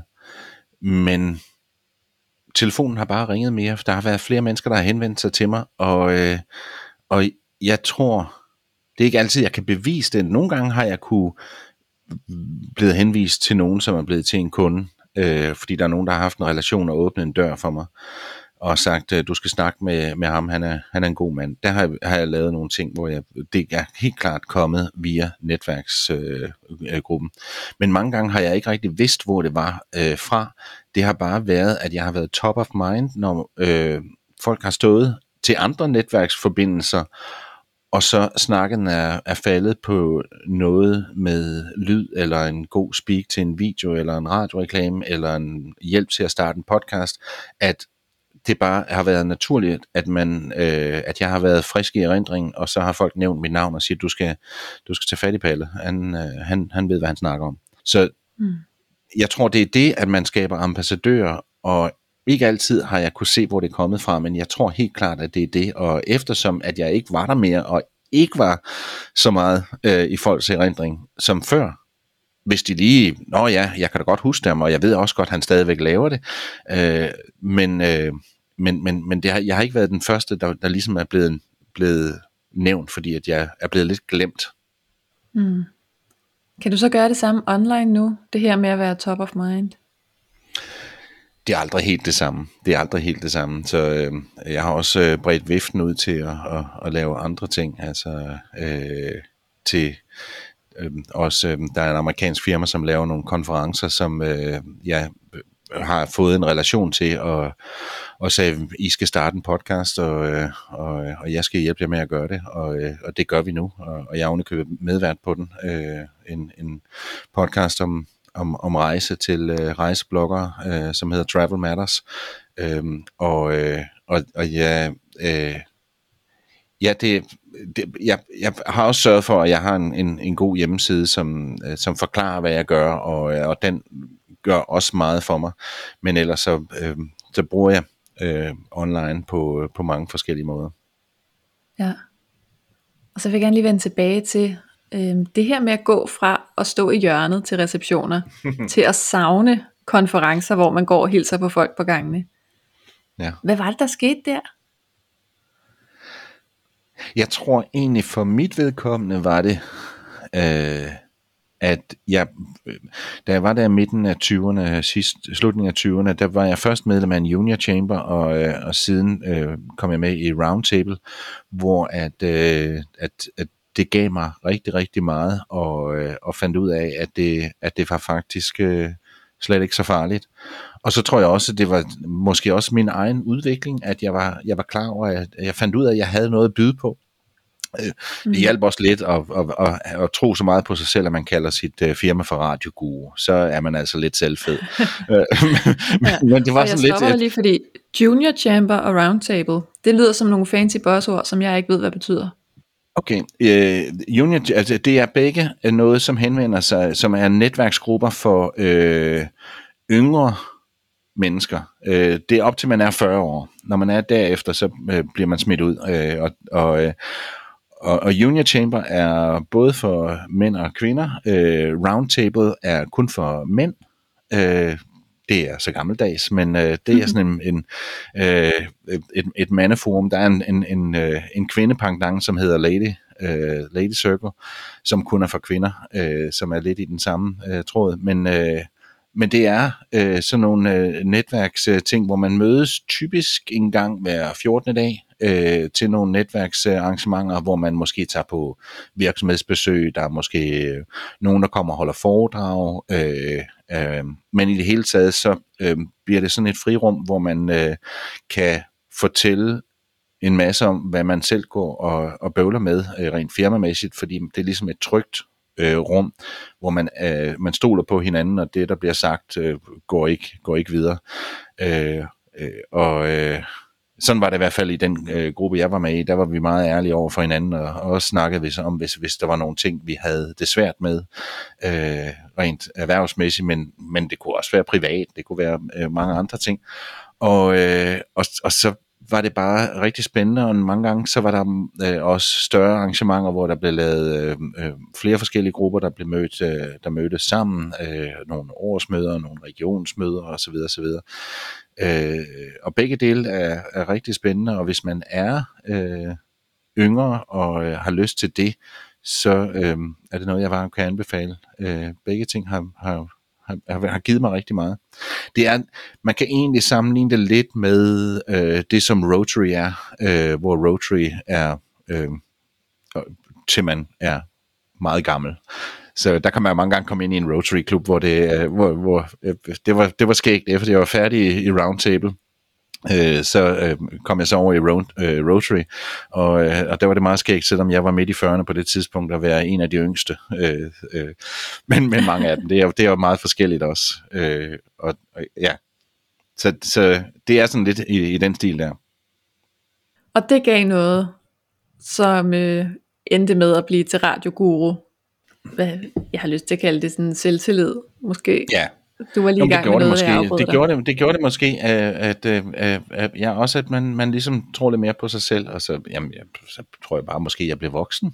Men telefonen har bare ringet mere, for der har været flere mennesker, der har henvendt sig til mig, og, øh, og jeg tror, det er ikke altid, jeg kan bevise det. Nogle gange har jeg kunne blevet henvist til nogen, som er blevet til en kunde, øh, fordi der er nogen, der har haft en relation og åbnet en dør for mig, og sagt, du skal snakke med, med ham, han er, han er en god mand. Der har, har jeg lavet nogle ting, hvor jeg, det er helt klart kommet via netværksgruppen. Øh, Men mange gange har jeg ikke rigtig vidst, hvor det var øh, fra. Det har bare været, at jeg har været top of mind, når øh, folk har stået til andre netværksforbindelser, og så snakken er, er faldet på noget med lyd, eller en god speak til en video, eller en radioreklame, eller en hjælp til at starte en podcast, at det bare har været naturligt, at man, øh, at jeg har været frisk i erindring, og så har folk nævnt mit navn og siger, du skal, du skal tage fat i Palle. Han, øh, han, han ved, hvad han snakker om. Så mm. jeg tror, det er det, at man skaber ambassadører, og ikke altid har jeg kunne se, hvor det er kommet fra, men jeg tror helt klart, at det er det, og eftersom, at jeg ikke var der mere, og ikke var så meget øh, i folks erindring som før, hvis de lige, nå ja, jeg kan da godt huske dem, og jeg ved også godt, at han stadigvæk laver det, øh, men, øh, men, men, men det har, jeg har ikke været den første, der, der ligesom er blevet, blevet nævnt, fordi at jeg er blevet lidt glemt. Mm. Kan du så gøre det samme online nu, det her med at være top of mind? Det er aldrig helt det samme. Det er aldrig helt det samme. Så øh, jeg har også øh, bredt viften ud til at, at, at lave andre ting, altså øh, til Øh, også, øh, der er en amerikansk firma, som laver nogle konferencer, som øh, jeg har fået en relation til, og, og sagde, I skal starte en podcast, og, øh, og, og jeg skal hjælpe jer med at gøre det, og, øh, og det gør vi nu, og, og jeg er ovenikøbet medvært på den, øh, en, en podcast om, om, om rejse til øh, rejsebloggere, øh, som hedder Travel Matters, øh, og, øh, og, og jeg... Øh, Ja, det, det, jeg, jeg har også sørget for, at jeg har en, en, en god hjemmeside, som, som forklarer, hvad jeg gør, og, og den gør også meget for mig. Men ellers så, øh, så bruger jeg øh, online på, på mange forskellige måder. Ja, og så vil jeg gerne lige vende tilbage til øh, det her med at gå fra at stå i hjørnet til receptioner, til at savne konferencer, hvor man går og hilser på folk på gangene. Ja. Hvad var det, der skete der? Jeg tror egentlig for mit vedkommende var det, øh, at jeg, da jeg var der i midten af tyverne, sidst, slutningen af tyverne, der var jeg først medlem af en junior chamber, og, øh, og siden øh, kom jeg med i Roundtable, hvor at, øh, at, at det gav mig rigtig, rigtig meget, og, øh, og fandt ud af, at det, at det var faktisk øh, slet ikke så farligt. Og så tror jeg også, at det var måske også min egen udvikling, at jeg var, jeg var klar over, at jeg fandt ud af, at jeg havde noget at byde på. Det hjalp også lidt at, at, at, at tro så meget på sig selv, at man kalder sit uh, firma for radioguru. Så er man altså lidt selvfed. men, ja. men det var og sådan jeg lidt... stopper lige, fordi junior chamber og roundtable, det lyder som nogle fancy buzzord, som jeg ikke ved, hvad betyder. Okay, uh, junior, altså det er begge noget, som henvender sig, som er netværksgrupper for øh, yngre mennesker. Øh, det er op til, man er fyrre år. Når man er derefter, så øh, bliver man smidt ud. Øh, og, og, øh, og, og Junior Chamber er både for mænd og kvinder. Øh, Roundtable er kun for mænd. Øh, det er så gammeldags, men øh, det er sådan en, en øh, et, et mandeforum. Der er en, en, en, en kvindepangdang, som hedder Lady, øh, Lady Circle, som kun er for kvinder, øh, som er lidt i den samme øh, tråd. Men øh, Men det er øh, sådan nogle øh, netværksting, hvor man mødes typisk en gang hver fjortende dag øh, til nogle netværksarrangementer, hvor man måske tager på virksomhedsbesøg. Der er måske øh, nogen, der kommer og holder foredrag. Øh, øh, men i det hele taget, så øh, bliver det sådan et frirum, hvor man øh, kan fortælle en masse om, hvad man selv går og, og bøvler med øh, rent firmamæssigt, fordi det er ligesom et trygt Øh, rum, hvor man, øh, man stoler på hinanden, og det, der bliver sagt, øh, går, ikke, går ikke videre. Øh, øh, og øh, sådan var det i hvert fald i den øh, gruppe, jeg var med i. Der var vi meget ærlige over for hinanden, og, og også snakkede vi så om, hvis, hvis der var nogle ting, vi havde det svært med, øh, rent erhvervsmæssigt, men, men det kunne også være privat, det kunne være øh, mange andre ting. Og, øh, og, og så var det bare rigtig spændende, og mange gange så var der øh, også større arrangementer, hvor der blev lavet øh, øh, flere forskellige grupper, der blev mødt, øh, der mødtes sammen, øh, nogle årsmøder, nogle regionsmøder osv. osv. Øh, og begge dele er, er rigtig spændende, og hvis man er øh, yngre og øh, har lyst til det, så øh, er det noget, jeg bare kan anbefale. Øh, begge ting har, har Har, har givet mig rigtig meget. Det er, man kan egentlig sammenligne det lidt med øh, det, som Rotary er, øh, hvor Rotary er øh, til man er meget gammel. Så der kan man mange gange komme ind i en Rotary-klub, hvor det, øh, hvor, hvor, øh, det, var, det var skægt, efter jeg var færdig i, i Roundtable. Øh, så øh, kom jeg så over i Ro- øh, Rotary, og, øh, og der var det meget skægt, selvom jeg var midt i fyrrerne på det tidspunkt, at være en af de yngste. Øh, øh, men, men mange af dem, det er, det er jo meget forskelligt også. Øh, og, og, ja. så, så det er sådan lidt i, i den stil der. Og det gav noget, som øh, endte med at blive til radioguru. Hvad, jeg har lyst til at kalde det sådan selvtillid, måske. Ja. Du var lige i gang med noget, måske, jeg afbrød det dig. gjorde det, det gjorde det måske, at, at, at, at ja, også at man, man ligesom tror lidt mere på sig selv, og så, jamen, jeg, så tror jeg bare, måske jeg blev voksen.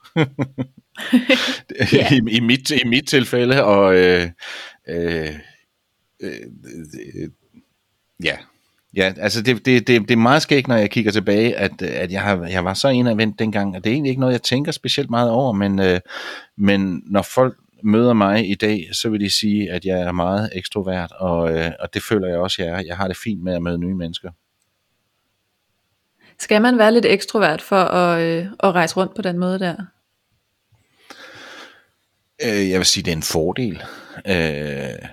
I, i, mit, I mit tilfælde, og øh, øh, øh, øh, ja, ja, altså det, det, det, det er meget skægt, når jeg kigger tilbage, at, at jeg, har, jeg var så indadvendt dengang, og det er egentlig ikke noget, jeg tænker specielt meget over, men, øh, men når folk møder mig i dag, så vil de sige, at jeg er meget ekstrovert, og, øh, og det føler jeg også, jeg er. Jeg har det fint med at møde nye mennesker. Skal man være lidt ekstrovert for at, øh, at rejse rundt på den måde der? Øh, jeg vil sige, det er en fordel. Øh,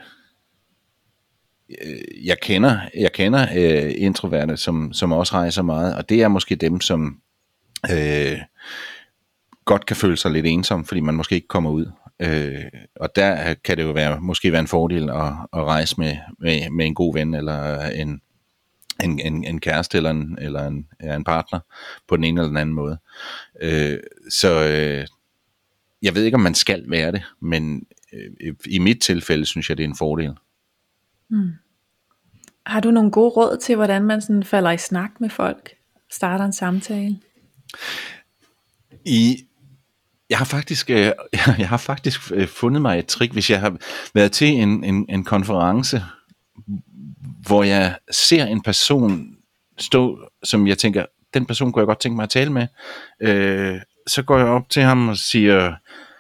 jeg kender, jeg kender øh, introverte, som, som også rejser meget, og det er måske dem, som øh, godt kan føle sig lidt ensom, fordi man måske ikke kommer ud. Øh, og der kan det jo være, måske være en fordel at, at rejse med, med, med en god ven, eller en, en, en, en kæreste, eller, en, eller en, ja, en partner, på den ene eller den anden måde. Øh, så øh, jeg ved ikke, om man skal være det, men øh, i mit tilfælde, synes jeg, det er en fordel. Hmm. Har du nogle gode råd til, hvordan man sådan falder i snak med folk, starter en samtale? I Jeg har faktisk, øh, jeg har faktisk fundet mig et trick, hvis jeg har været til en, en, en konference, hvor jeg ser en person stå, som jeg tænker, den person kunne jeg godt tænke mig at tale med, øh, så går jeg op til ham og siger,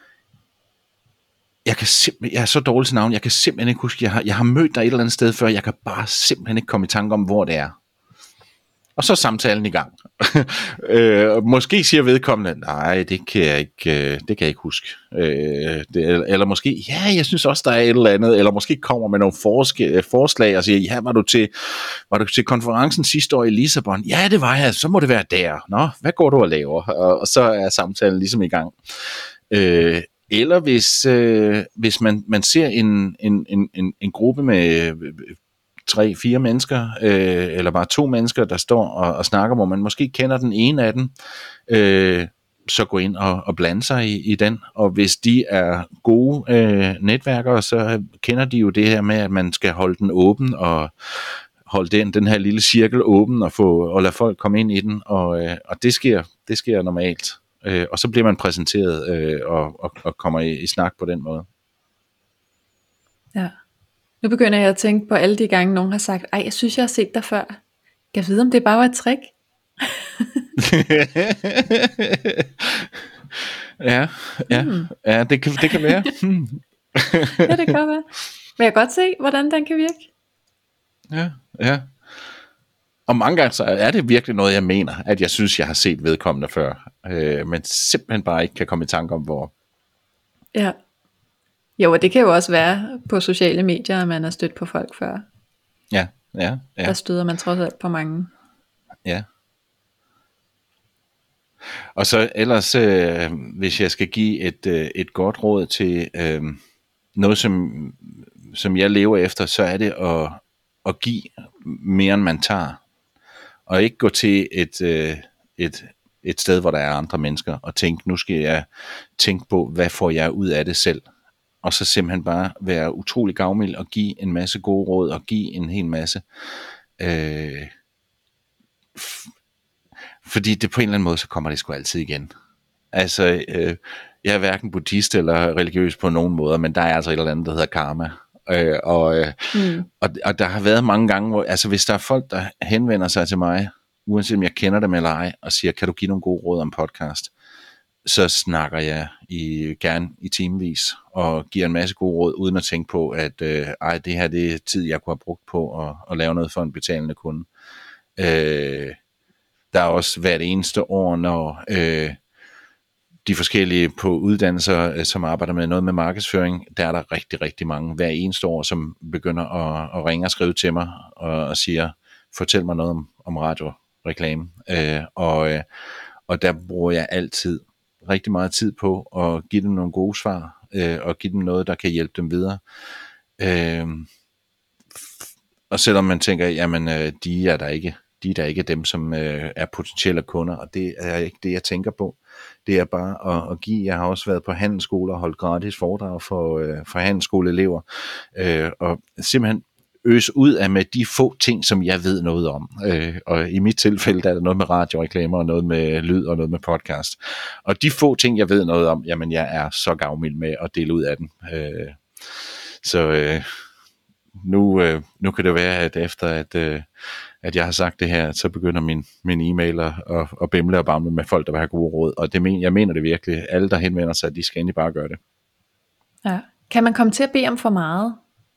jeg, kan simp- jeg er så dårlig til navn, jeg kan simpelthen ikke huske, jeg har, jeg har mødt dig et eller andet sted før, jeg kan bare simpelthen ikke komme i tanke om, hvor det er. Og så er samtalen i gang. øh, måske siger vedkommende, nej, det kan jeg ikke, det kan jeg ikke huske. Øh, det, eller, eller måske, ja, jeg synes også, der er et eller andet. Eller måske kommer med nogle forske, forslag og siger, ja, var du, til, var du til konferencen sidste år i Lissabon? Ja, det var jeg, så må det være der. Nå, hvad går du og laver? Og, og så er samtalen ligesom i gang. Øh, eller hvis, øh, hvis man, man ser en, en, en, en gruppe med tre, fire mennesker, øh, eller bare to mennesker, der står og, og snakker, hvor man måske kender den ene af dem, øh, så gå ind og, og blande sig i, i den, og hvis de er gode øh, netværkere, så kender de jo det her med, at man skal holde den åben, og holde den, den her lille cirkel åben, og, få, og lade folk komme ind i den, og, øh, og det sker, det sker normalt, øh, og så bliver man præsenteret, øh, og, og, og kommer i, i snak på den måde. Ja. Nu begynder jeg at tænke på alle de gange, nogen har sagt, ej, jeg synes, jeg har set dig før. Kan jeg vide, om det bare var et trick? ja, ja, hmm. ja, det kan, det kan være. Hmm. ja, det kan være. Men jeg kan godt se, hvordan den kan virke. Ja, ja. Og mange gange så er det virkelig noget, jeg mener, at jeg synes, jeg har set vedkommende før, øh, men simpelthen bare ikke kan komme i tanke om, hvor. Ja. Jo, og det kan jo også være på sociale medier, at man har stødt på folk før. Ja, ja, ja. Der støder man trods alt på mange. Ja. Og så ellers, øh, hvis jeg skal give et, øh, et godt råd til øh, noget, som, som jeg lever efter, så er det at, at give mere, end man tager. Og ikke gå til et, øh, et, et sted, hvor der er andre mennesker, og tænke, nu skal jeg tænke på, hvad får jeg ud af det selv. Og så simpelthen bare være utrolig gavmild og give en masse gode råd og give en hel masse. Øh, f- fordi det på en eller anden måde, så kommer det sgu altid igen. Altså, øh, jeg er hverken buddhist eller religiøs på nogen måder, men der er altså et eller andet, der hedder karma. Øh, og, øh, mm. og, og der har været mange gange, hvor, altså hvis der er folk, der henvender sig til mig, uanset om jeg kender dem eller ej, og siger, kan du give nogle gode råd om podcast? Så snakker jeg i, gerne i timevis, og giver en masse gode råd, uden at tænke på, at øh, ej, det her det er tid, jeg kunne have brugt på at, at lave noget for en betalende kunde. Øh, der er også hvert eneste år, når øh, de forskellige på uddannelser, som arbejder med noget med markedsføring, der er der rigtig, rigtig mange hver eneste år, som begynder at, at ringe og skrive til mig, og, og siger, fortæl mig noget om, om radioreklame. Øh, og, øh, og der bruger jeg altid rigtig meget tid på at give dem nogle gode svar, øh, og give dem noget, der kan hjælpe dem videre. Øh, og selvom man tænker, jamen øh, de er der ikke, de er der ikke dem, som øh, er potentielle kunder, og det er ikke det, jeg tænker på. Det er bare at, at give. Jeg har også været på handelsskoler og holdt gratis foredrag for, øh, for handelsskoleelever, øh, og simpelthen øse ud af med de få ting, som jeg ved noget om. Øh, og i mit tilfælde, der er der noget med radioreklamer, og noget med lyd, og noget med podcast. Og de få ting, jeg ved noget om, jamen jeg er så gavmild med at dele ud af den. Øh, så øh, nu, øh, nu kan det være, at efter at, øh, at jeg har sagt det her, så begynder min, min e-mailer at, at bimle og bamle med folk, der vil have gode råd. Og det men, jeg mener det virkelig. Alle, der henvender sig, de skal egentlig bare gøre det. Ja. Kan man komme til at bede om for meget?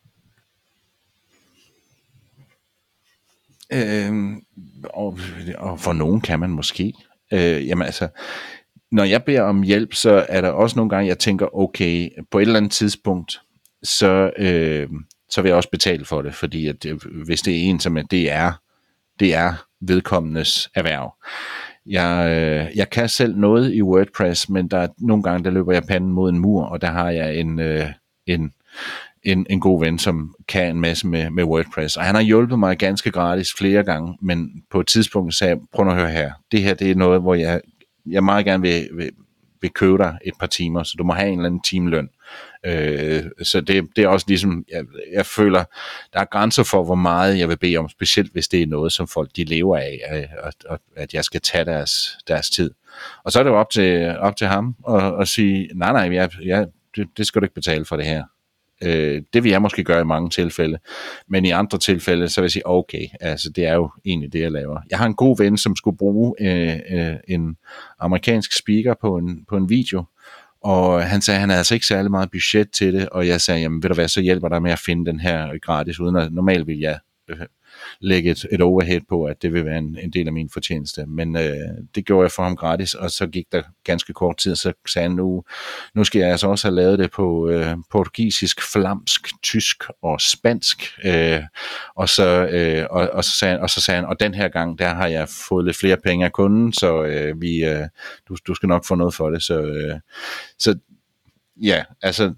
Øh, og, og for nogen kan man måske. Øh, jamen altså, når jeg beder om hjælp, så er der også nogle gange, jeg tænker, okay, på et eller andet tidspunkt, så, øh, så vil jeg også betale for det, fordi at, hvis det er en, som er, det er, det er vedkommendes erhverv. Jeg, øh, jeg kan selv noget i WordPress, men der er nogle gange, der løber jeg panden mod en mur, og der har jeg en, øh, en En, en god ven, som kan en masse med, med WordPress. Og han har hjulpet mig ganske gratis flere gange, men på et tidspunkt sagde jeg, prøv at høre her, det her det er noget, hvor jeg, jeg meget gerne vil, vil, vil købe dig et par timer, så du må have en eller anden timeløn. Øh, så det, det er også ligesom, jeg, jeg føler, der er grænser for, hvor meget jeg vil bede om, specielt hvis det er noget, som folk de lever af, og, og at jeg skal tage deres, deres tid. Og så er det jo op til, op til ham at, at sige, nej nej, jeg, jeg, det, det skal du ikke betale for det her. Øh, det vil jeg måske gøre i mange tilfælde, men i andre tilfælde, så vil jeg sige, okay, altså det er jo egentlig det, jeg laver. Jeg har en god ven, som skulle bruge øh, øh, en amerikansk speaker på en, på en video, og han sagde, at han havde altså ikke særlig meget budget til det, og jeg sagde, jamen ved du hvad, så hjælper dig med at finde den her gratis, uden at normalt vil jeg øh, lægge et, et overhead på, at det vil være en, en del af min fortjeneste, men øh, det gjorde jeg for ham gratis, og så gik der ganske kort tid, så sagde han, nu, nu skal jeg altså også have lavet det på øh, portugisisk, flamsk, tysk og spansk, øh, og, så, øh, og, og, så sagde han, og så sagde han, og den her gang, der har jeg fået lidt flere penge af kunden, så øh, vi, øh, du, du skal nok få noget for det, så, øh, så ja, altså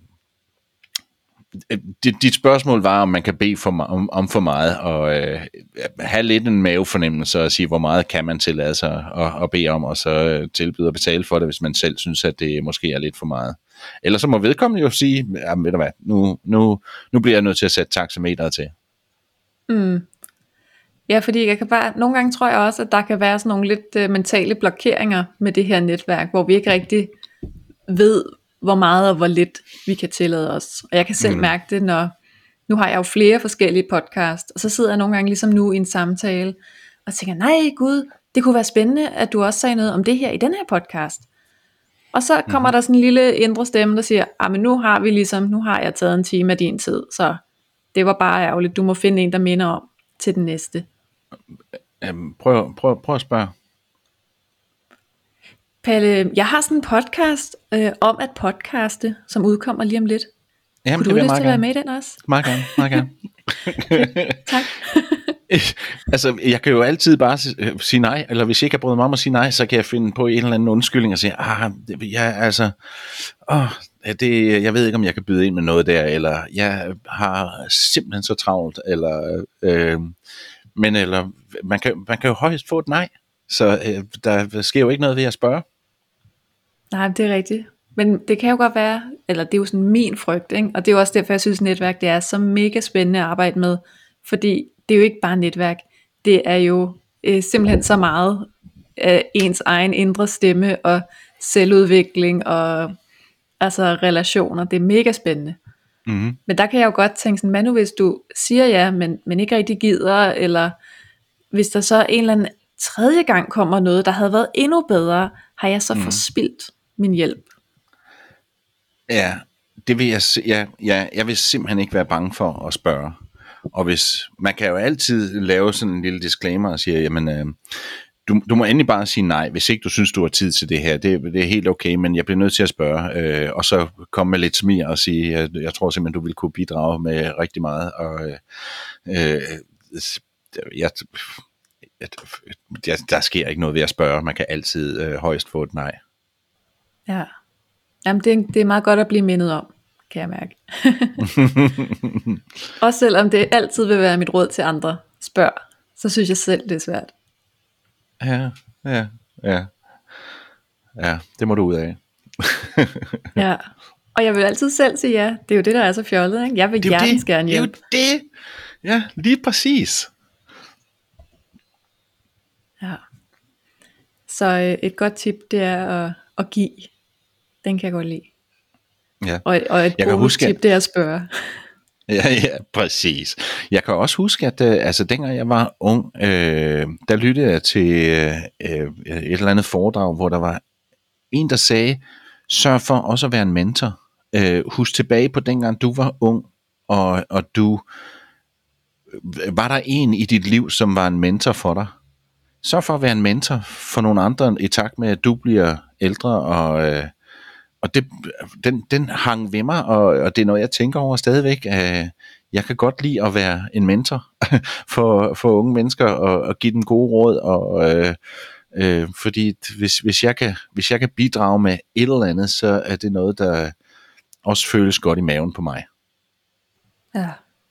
Dit, dit spørgsmål var, om man kan bede for, om, om for meget, og øh, have lidt en mavefornemmelse og sige, hvor meget kan man tillade sig at, at bede om, og så tilbyde at betale for det, hvis man selv synes, at det måske er lidt for meget. Eller så må vedkommende jo sige, jamen, ved du hvad, nu, nu, nu bliver jeg nødt til at sætte taxameteret til. Mm. Ja, fordi jeg kan bare, nogle gange tror jeg også, at der kan være sådan nogle lidt uh, mentale blokeringer med det her netværk, hvor vi ikke rigtig ved, hvor meget og hvor lidt vi kan tillade os. Og jeg kan selv mm. mærke det, når, nu har jeg jo flere forskellige podcast, og så sidder jeg nogle gange ligesom nu i en samtale, og tænker, nej gud, det kunne være spændende, at du også sagde noget om det her i den her podcast. Og så kommer mm. der sådan en lille indre stemme, der siger, ah, men nu har vi ligesom, nu har jeg taget en time af din tid, så det var bare ærgerligt, du må finde en, der minder om til den næste. Prøv, prøv, prøv at spørge. Palle, jeg har sådan en podcast øh, om at podcaste, som udkommer lige om lidt. Jamen, kunne du have lyst til at være med i den også? Meget gerne, meget gerne. Tak. Altså, jeg kan jo altid bare sige nej, eller hvis jeg ikke har brugt mig om at sige nej, så kan jeg finde på en eller anden undskyldning og sige, ah, jeg altså, åh, det, jeg ved ikke, om jeg kan byde ind med noget der, eller jeg har simpelthen så travlt, eller, øh, men eller, man kan, man kan jo højst få et nej, så øh, der sker jo ikke noget ved at spørge. Nej, det er rigtigt. Men det kan jo godt være, eller det er jo sådan min frygt, ikke? Og det er jo også derfor, jeg synes, netværk det er så mega spændende at arbejde med, fordi det er jo ikke bare netværk, det er jo øh, simpelthen så meget af ens egen indre stemme og selvudvikling og altså relationer, det er mega spændende. Mm-hmm. Men der kan jeg jo godt tænke sådan, hvad nu hvis du siger ja, men, men ikke rigtig gider, eller hvis der så en eller anden tredje gang kommer noget, der havde været endnu bedre, har jeg så mm. forspildt min hjælp? Ja, det vil jeg, ja, ja, jeg vil simpelthen ikke være bange for at spørge. Og hvis, man kan jo altid lave sådan en lille disclaimer og sige, jamen, øh, du, du må endelig bare sige nej, hvis ikke du synes, du har tid til det her. Det, det er helt okay, men jeg bliver nødt til at spørge, øh, og så komme med lidt smir og sige, jeg, jeg tror simpelthen, du vil kunne bidrage med rigtig meget. Og øh, jeg, jeg, der sker ikke noget ved at spørge. Man kan altid øh, højst få et nej. Ja, jamen det, det er meget godt at blive mindet om, kan jeg mærke. Også selvom det altid vil være mit råd til andre, spørg, så synes jeg selv, det er svært. Ja, ja, ja. Ja, det må du ud af. Ja, og jeg vil altid selv sige ja. Det er jo det, der er så fjollet, ikke? Jeg vil hjertens gerne hjælpe. Det er jo det. Ja, lige præcis. Ja. Så øh, et godt tip, det er at, at give. Den kan jeg godt lide. Ja. Og, og et godt tip, det er at spørge. Ja, ja, præcis. Jeg kan også huske, at øh, altså, dengang jeg var ung, øh, der lyttede jeg til øh, et eller andet foredrag, hvor der var en, der sagde, sørg for også at være en mentor. Øh, husk tilbage på dengang du var ung, og, og du var der en i dit liv, som var en mentor for dig. Sørg for at være en mentor for nogle andre, i takt med, at du bliver ældre, og øh, Og det, den, den hang ved mig, og, og det er noget, jeg tænker over stadigvæk. Jeg kan godt lide at være en mentor for, for unge mennesker, og, og give dem gode råd, og, øh, øh, fordi hvis, hvis, jeg kan, hvis jeg kan bidrage med et eller andet, så er det noget, der også føles godt i maven på mig. Ja,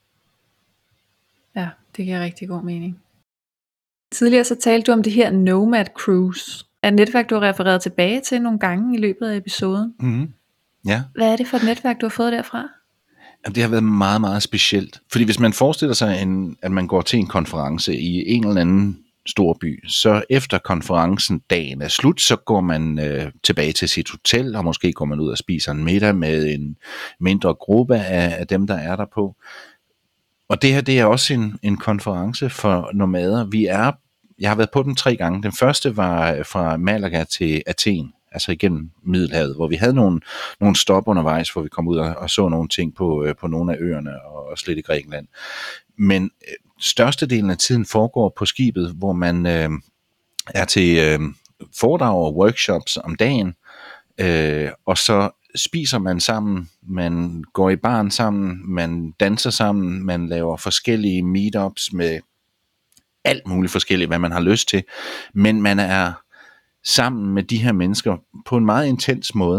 ja, det giver rigtig god mening. Tidligere så talte du om det her Nomad Cruise. Er et netværk, du har refereret tilbage til nogle gange i løbet af episoden. Mm-hmm. Ja. Hvad er det for et netværk, du har fået derfra? Jamen, det har været meget, meget specielt. Fordi hvis man forestiller sig, en, at man går til en konference i en eller anden stor by. Så efter konferencen, dagen er slut, så går man øh, tilbage til sit hotel, og måske går man ud og spiser en middag med en mindre gruppe af, af dem, der er der på. Og det her, det er også en, en konference for nomader. Vi er, jeg har været på den tre gange. Den første var fra Malaga til Athen, altså igennem Middelhavet, hvor vi havde nogle, nogle stop undervejs, hvor vi kom ud og, og så nogle ting på, på nogle af øerne, og også lidt i Grækenland. Men størstedelen af tiden foregår på skibet, hvor man øh, er til øh, foredrag og workshops om dagen, øh, og så spiser man sammen, man går i baren sammen, man danser sammen, man laver forskellige meetups med alt muligt forskelligt, hvad man har lyst til, men man er sammen med de her mennesker på en meget intens måde.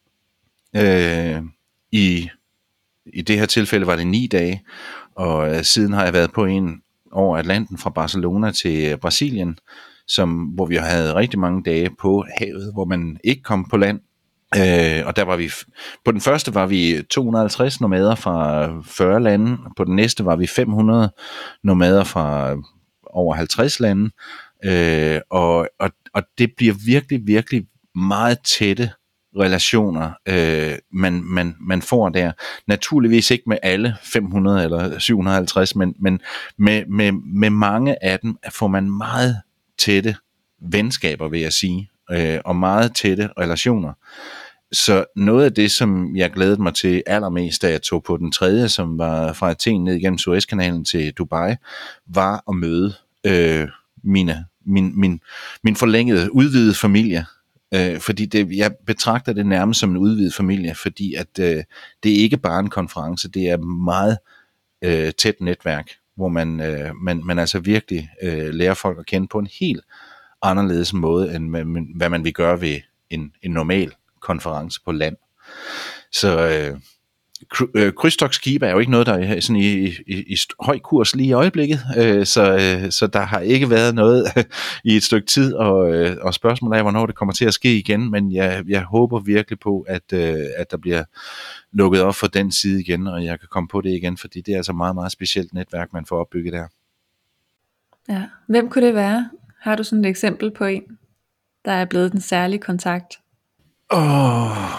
Øh, i, I det her tilfælde var det ni dage, og øh, siden har jeg været på en over Atlanten fra Barcelona til Brasilien, som, hvor vi havde rigtig mange dage på havet, hvor man ikke kom på land. Øh, og der var vi, på den første var vi to hundrede og halvtreds nomader fra fyrre lande, på den næste var vi fem hundrede nomader fra over halvtreds lande, øh, og, og, og det bliver virkelig, virkelig meget tætte relationer, øh, man, man, man får der. Naturligvis ikke med alle fem hundrede eller syv hundrede og halvtreds, men, men med, med, med mange af dem får man meget tætte venskaber, vil jeg sige, øh, og meget tætte relationer. Så noget af det, som jeg glædede mig til allermest, da jeg tog på den tredje, som var fra Athen ned igennem Suezkanalen til Dubai, var at møde øh, mine, min, min, min forlængede, udvidede familie. Øh, fordi det, jeg betragter det nærmest som en udvidet familie, fordi at øh, det er ikke bare en konference, det er meget øh, tæt netværk, hvor man, øh, man, man altså virkelig øh, lærer folk at kende på en helt anderledes måde, end man, hvad man vil gøre ved en, en normal konference på land. Så øh, øh, krydstogtskibe er jo ikke noget, der er sådan i, i, i høj kurs lige i øjeblikket, øh, så, øh, så der har ikke været noget i et stykke tid, og, øh, og spørgsmålet er, hvornår det kommer til at ske igen, men jeg, jeg håber virkelig på, at, øh, at der bliver lukket op for den side igen, og jeg kan komme på det igen, fordi det er altså meget, meget specielt netværk, man får opbygget der. Ja, hvem kunne det være? Har du sådan et eksempel på en, der er blevet den særlige kontakt? Åh... Oh.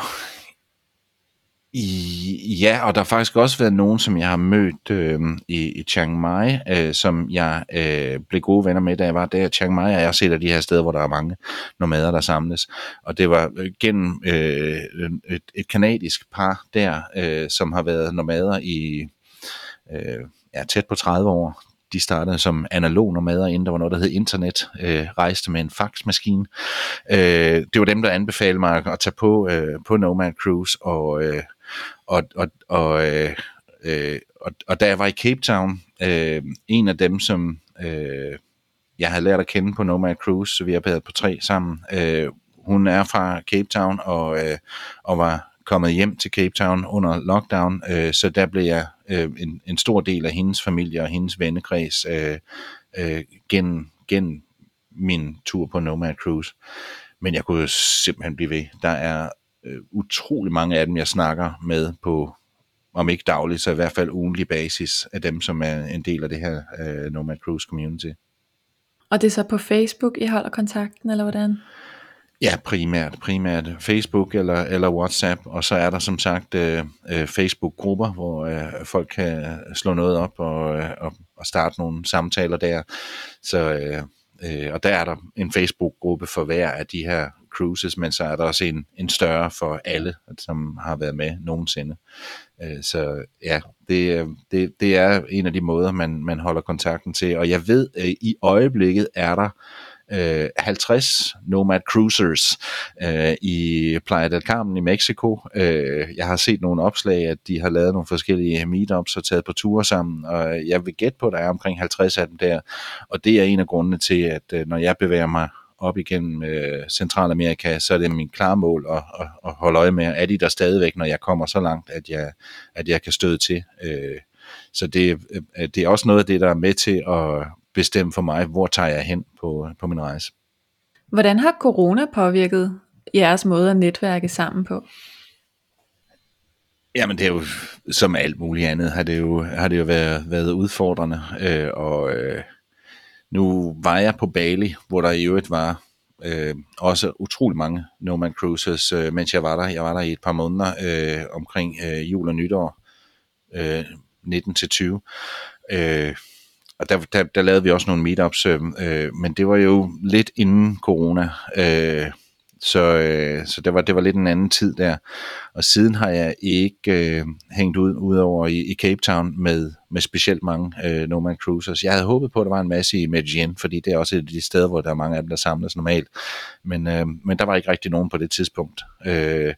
I, ja, og der har faktisk også været nogen, som jeg har mødt øh, i, i Chiang Mai, øh, som jeg øh, blev gode venner med, da jeg var der. Chiang Mai er jeg set af de her steder, hvor der er mange nomader, der samles. Og det var gennem øh, et, et kanadisk par der, øh, som har været nomader i øh, ja, tæt på tredive år. De startede som analog nomader, inden der var noget, der hed internet, øh, rejste med en faxmaskine. Øh, det var dem, der anbefalede mig at tage på, øh, på Nomad Cruise, og, øh, og, og, og, øh, øh, og, og da jeg var i Cape Town, øh, en af dem, som øh, jeg havde lært at kende på Nomad Cruise, så vi har været på tre sammen, øh, hun er fra Cape Town, og, øh, og var kommet hjem til Cape Town under lockdown, øh, så der blev jeg øh, en, en stor del af hendes familie og hendes vennekreds øh, øh, gennem, gennem min tur på Nomad Cruise. Men jeg kunne simpelthen blive ved. Der er øh, utrolig mange af dem, jeg snakker med på, om ikke dagligt, så i hvert fald ugentlig basis af dem, som er en del af det her øh, Nomad Cruise community. Og det er så på Facebook, I holder kontakten, eller hvordan? Ja, primært, primært Facebook eller, eller WhatsApp, og så er der som sagt øh, øh, Facebook-grupper, hvor øh, folk kan slå noget op og, øh, og, og starte nogle samtaler der. Så, øh, øh, og der er der en Facebook-gruppe for hver af de her cruises, men så er der også en, en større for alle, som har været med nogensinde. Øh, så ja, det, det, det er en af de måder, man, man holder kontakten til, og jeg ved, at i øjeblikket er der Uh, halvtreds Nomad Cruisers uh, i Playa del Carmen i Mexico. Uh, jeg har set nogle opslag, at de har lavet nogle forskellige meetups og taget på ture sammen, og jeg vil gætte på, at der er omkring halvtreds af dem der, og det er en af grundene til, at uh, når jeg bevæger mig op igennem uh, Centralamerika, så er det min klare mål at, at, at holde øje med, er de der stadigvæk, når jeg kommer så langt, at jeg, at jeg kan støde til. Uh, så det, uh, det er også noget af det, der er med til at bestemme for mig, hvor tager jeg hen på, på min rejse. Hvordan har corona påvirket jeres måde at netværke sammen på? Jamen det er jo som alt muligt andet, har det jo, har det jo været, været udfordrende, øh, og øh, Nu var jeg på Bali, hvor der i øvrigt var øh, også utrolig mange Nomad Cruises, øh, mens jeg var der. Jeg var der i et par måneder øh, omkring øh, jul og nytår, øh, nitten til tyve. Øh, og der, der, der lavede vi også nogle meetups, øh, men det var jo lidt inden corona. Øh, Så, øh, så det var det var lidt en anden tid der. Og siden har jeg ikke øh, hængt ud udover i, i Cape Town med med specielt mange øh, Nomad Cruisers. Jeg havde håbet på, at der var en masse i Medellin, fordi det er også et af de steder, hvor der er mange af dem, der samles normalt. Men øh, men der var ikke rigtig nogen på det tidspunkt. Øh,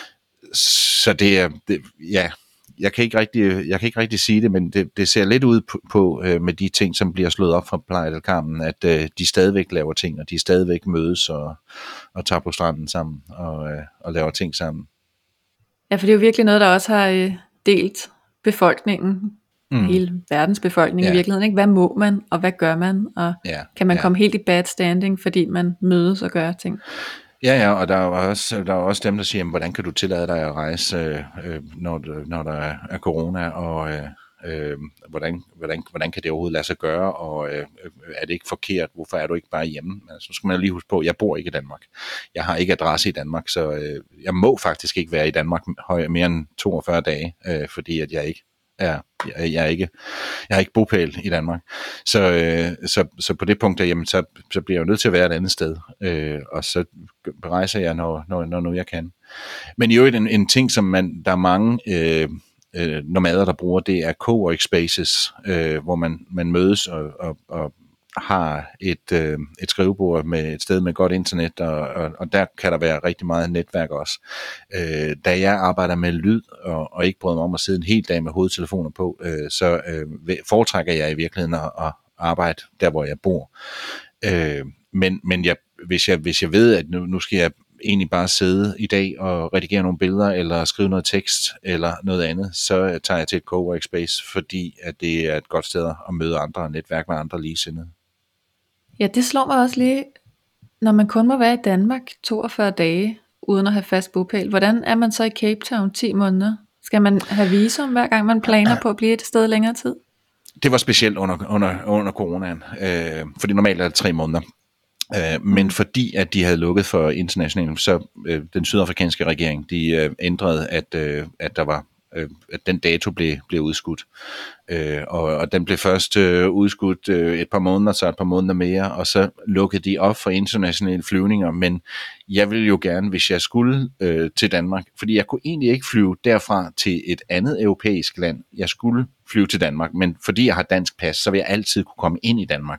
så det er det, ja. Jeg kan ikke rigtig, jeg kan ikke rigtig sige det, men det, det ser lidt ud på, på øh, med de ting, som bliver slået op fra Playa del Carmen, at øh, de stadigvæk laver ting, og de stadigvæk mødes og, og tager på stranden sammen og, øh, og laver ting sammen. Ja, for det er jo virkelig noget, der også har øh, delt befolkningen, mm. hele verdens befolkning ja. I virkeligheden. Ikke? Hvad må man, og hvad gør man, og ja. Kan man ja. Komme helt i bad standing, fordi man mødes og gør ting? Ja, ja, og der er også, der er også dem, der siger, hvordan kan du tillade dig at rejse, øh, når, når der er corona, og øh, øh, hvordan, hvordan, hvordan kan det overhovedet lade sig gøre, og øh, er det ikke forkert, hvorfor er du ikke bare hjemme? Altså, så skal man lige huske på, jeg bor ikke i Danmark. Jeg har ikke adresse i Danmark, så øh, jeg må faktisk ikke være i Danmark mere end toogfyrre dage, øh, fordi at jeg ikke er, jeg, jeg er ikke, jeg har ikke bopæl i Danmark, så, øh, så, så på det punkt der, jamen, så, så bliver jeg jo nødt til at være et andet sted, øh, og så rejser jeg, når, når, når nu jeg kan. Men i øvrigt en, en ting, som man, der er mange øh, øh, nomader, der bruger, det er cowork spaces, øh, hvor man, man mødes og, og, og har et, øh, et skrivebord med et sted med godt internet, og, og, og der kan der være rigtig meget netværk også. Øh, da jeg arbejder med lyd, og, og ikke bryder mig om at sidde en hel dag med hovedtelefoner på, øh, så øh, foretrækker jeg i virkeligheden at, at arbejde der, hvor jeg bor. Øh, men men jeg, hvis, jeg, hvis jeg ved, at nu, nu skal jeg egentlig bare sidde i dag og redigere nogle billeder, eller skrive noget tekst, eller noget andet, så tager jeg til et cowork space, fordi at det er et godt sted at møde andre og netværk med andre ligesindede. Ja, det slår mig også lige, når man kun må være i Danmark toogfyrre dage, uden at have fast bopæl. Hvordan er man så i Cape Town ti måneder? Skal man have visum, hver gang man planer på at blive et sted længere tid? Det var specielt under, under, under coronaen, øh, fordi normalt er det tre måneder. Øh, men fordi at de havde lukket for internationalt, så øh, den sydafrikanske regering, de øh, ændrede, at, øh, at der var at den dato blev, blev udskudt. Øh, og, og den blev først øh, udskudt øh, et par måneder, så et par måneder mere, og så lukkede de op for internationale flyvninger, men jeg ville jo gerne, hvis jeg skulle øh, til Danmark, fordi jeg kunne egentlig ikke flyve derfra til et andet europæisk land. Jeg skulle flyve til Danmark, men fordi jeg har dansk pas, så vil jeg altid kunne komme ind i Danmark.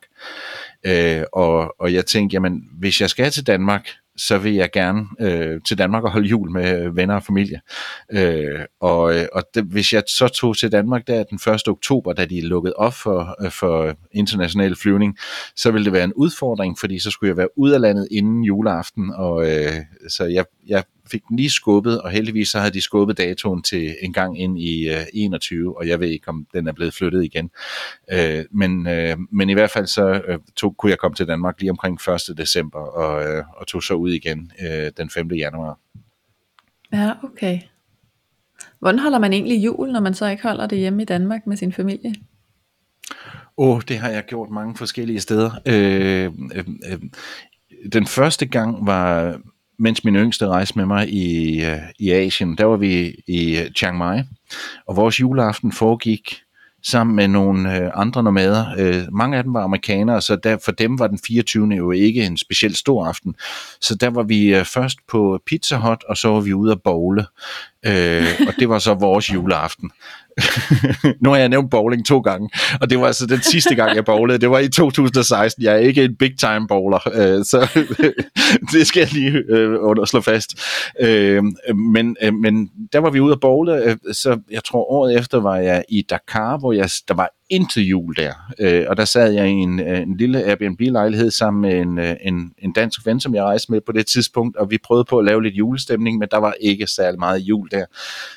Øh, og, og jeg tænkte, jamen, hvis jeg skal til Danmark, så vil jeg gerne øh, til Danmark og holde jul med venner og familie. Øh, og og det, hvis jeg så tog til Danmark der den første oktober, da de lukkede op for, for international flyvning, så ville det være en udfordring, fordi så skulle jeg være ude af landet inden juleaften, og øh, så jeg, jeg fik den lige skubbet, og heldigvis så havde de skubbet datoen til en gang ind i øh, enogtyve, og jeg ved ikke, om den er blevet flyttet igen. Øh, men, øh, men i hvert fald så øh, tog, kunne jeg komme til Danmark lige omkring første december, og, øh, og tog så ud igen øh, den femte januar. Ja, okay. Hvordan holder man egentlig jul, når man så ikke holder det hjemme i Danmark med sin familie? Åh, oh, det har jeg gjort mange forskellige steder. Øh, øh, øh, den første gang var, mens min yngste rejste med mig i, øh, i Asien, der var vi i Chiang Mai, og vores juleaften foregik sammen med nogle øh, andre nomader. Øh, mange af dem var amerikanere, så der, for dem var den fireogtyvende jo ikke en specielt stor aften. Så der var vi øh, først på Pizza Hut, og så var vi ude at bowle. Øh, og det var så vores juleaften. Nu har jeg nævnt bowling to gange, og det var altså den sidste gang jeg bowlede. Det var i to tusind og seksten. Jeg er ikke en big time bowler, øh, så det skal jeg lige øh, underslå fast. Øh, men, øh, men der var vi ude at bowle, øh, så jeg tror året efter var jeg i Dakar, hvor jeg, der var intet jul der, øh, og der sad jeg i en, en lille Airbnb-lejlighed sammen med en, en, en dansk ven, som jeg rejste med på det tidspunkt, og vi prøvede på at lave lidt julestemning, men der var ikke særlig meget jul der.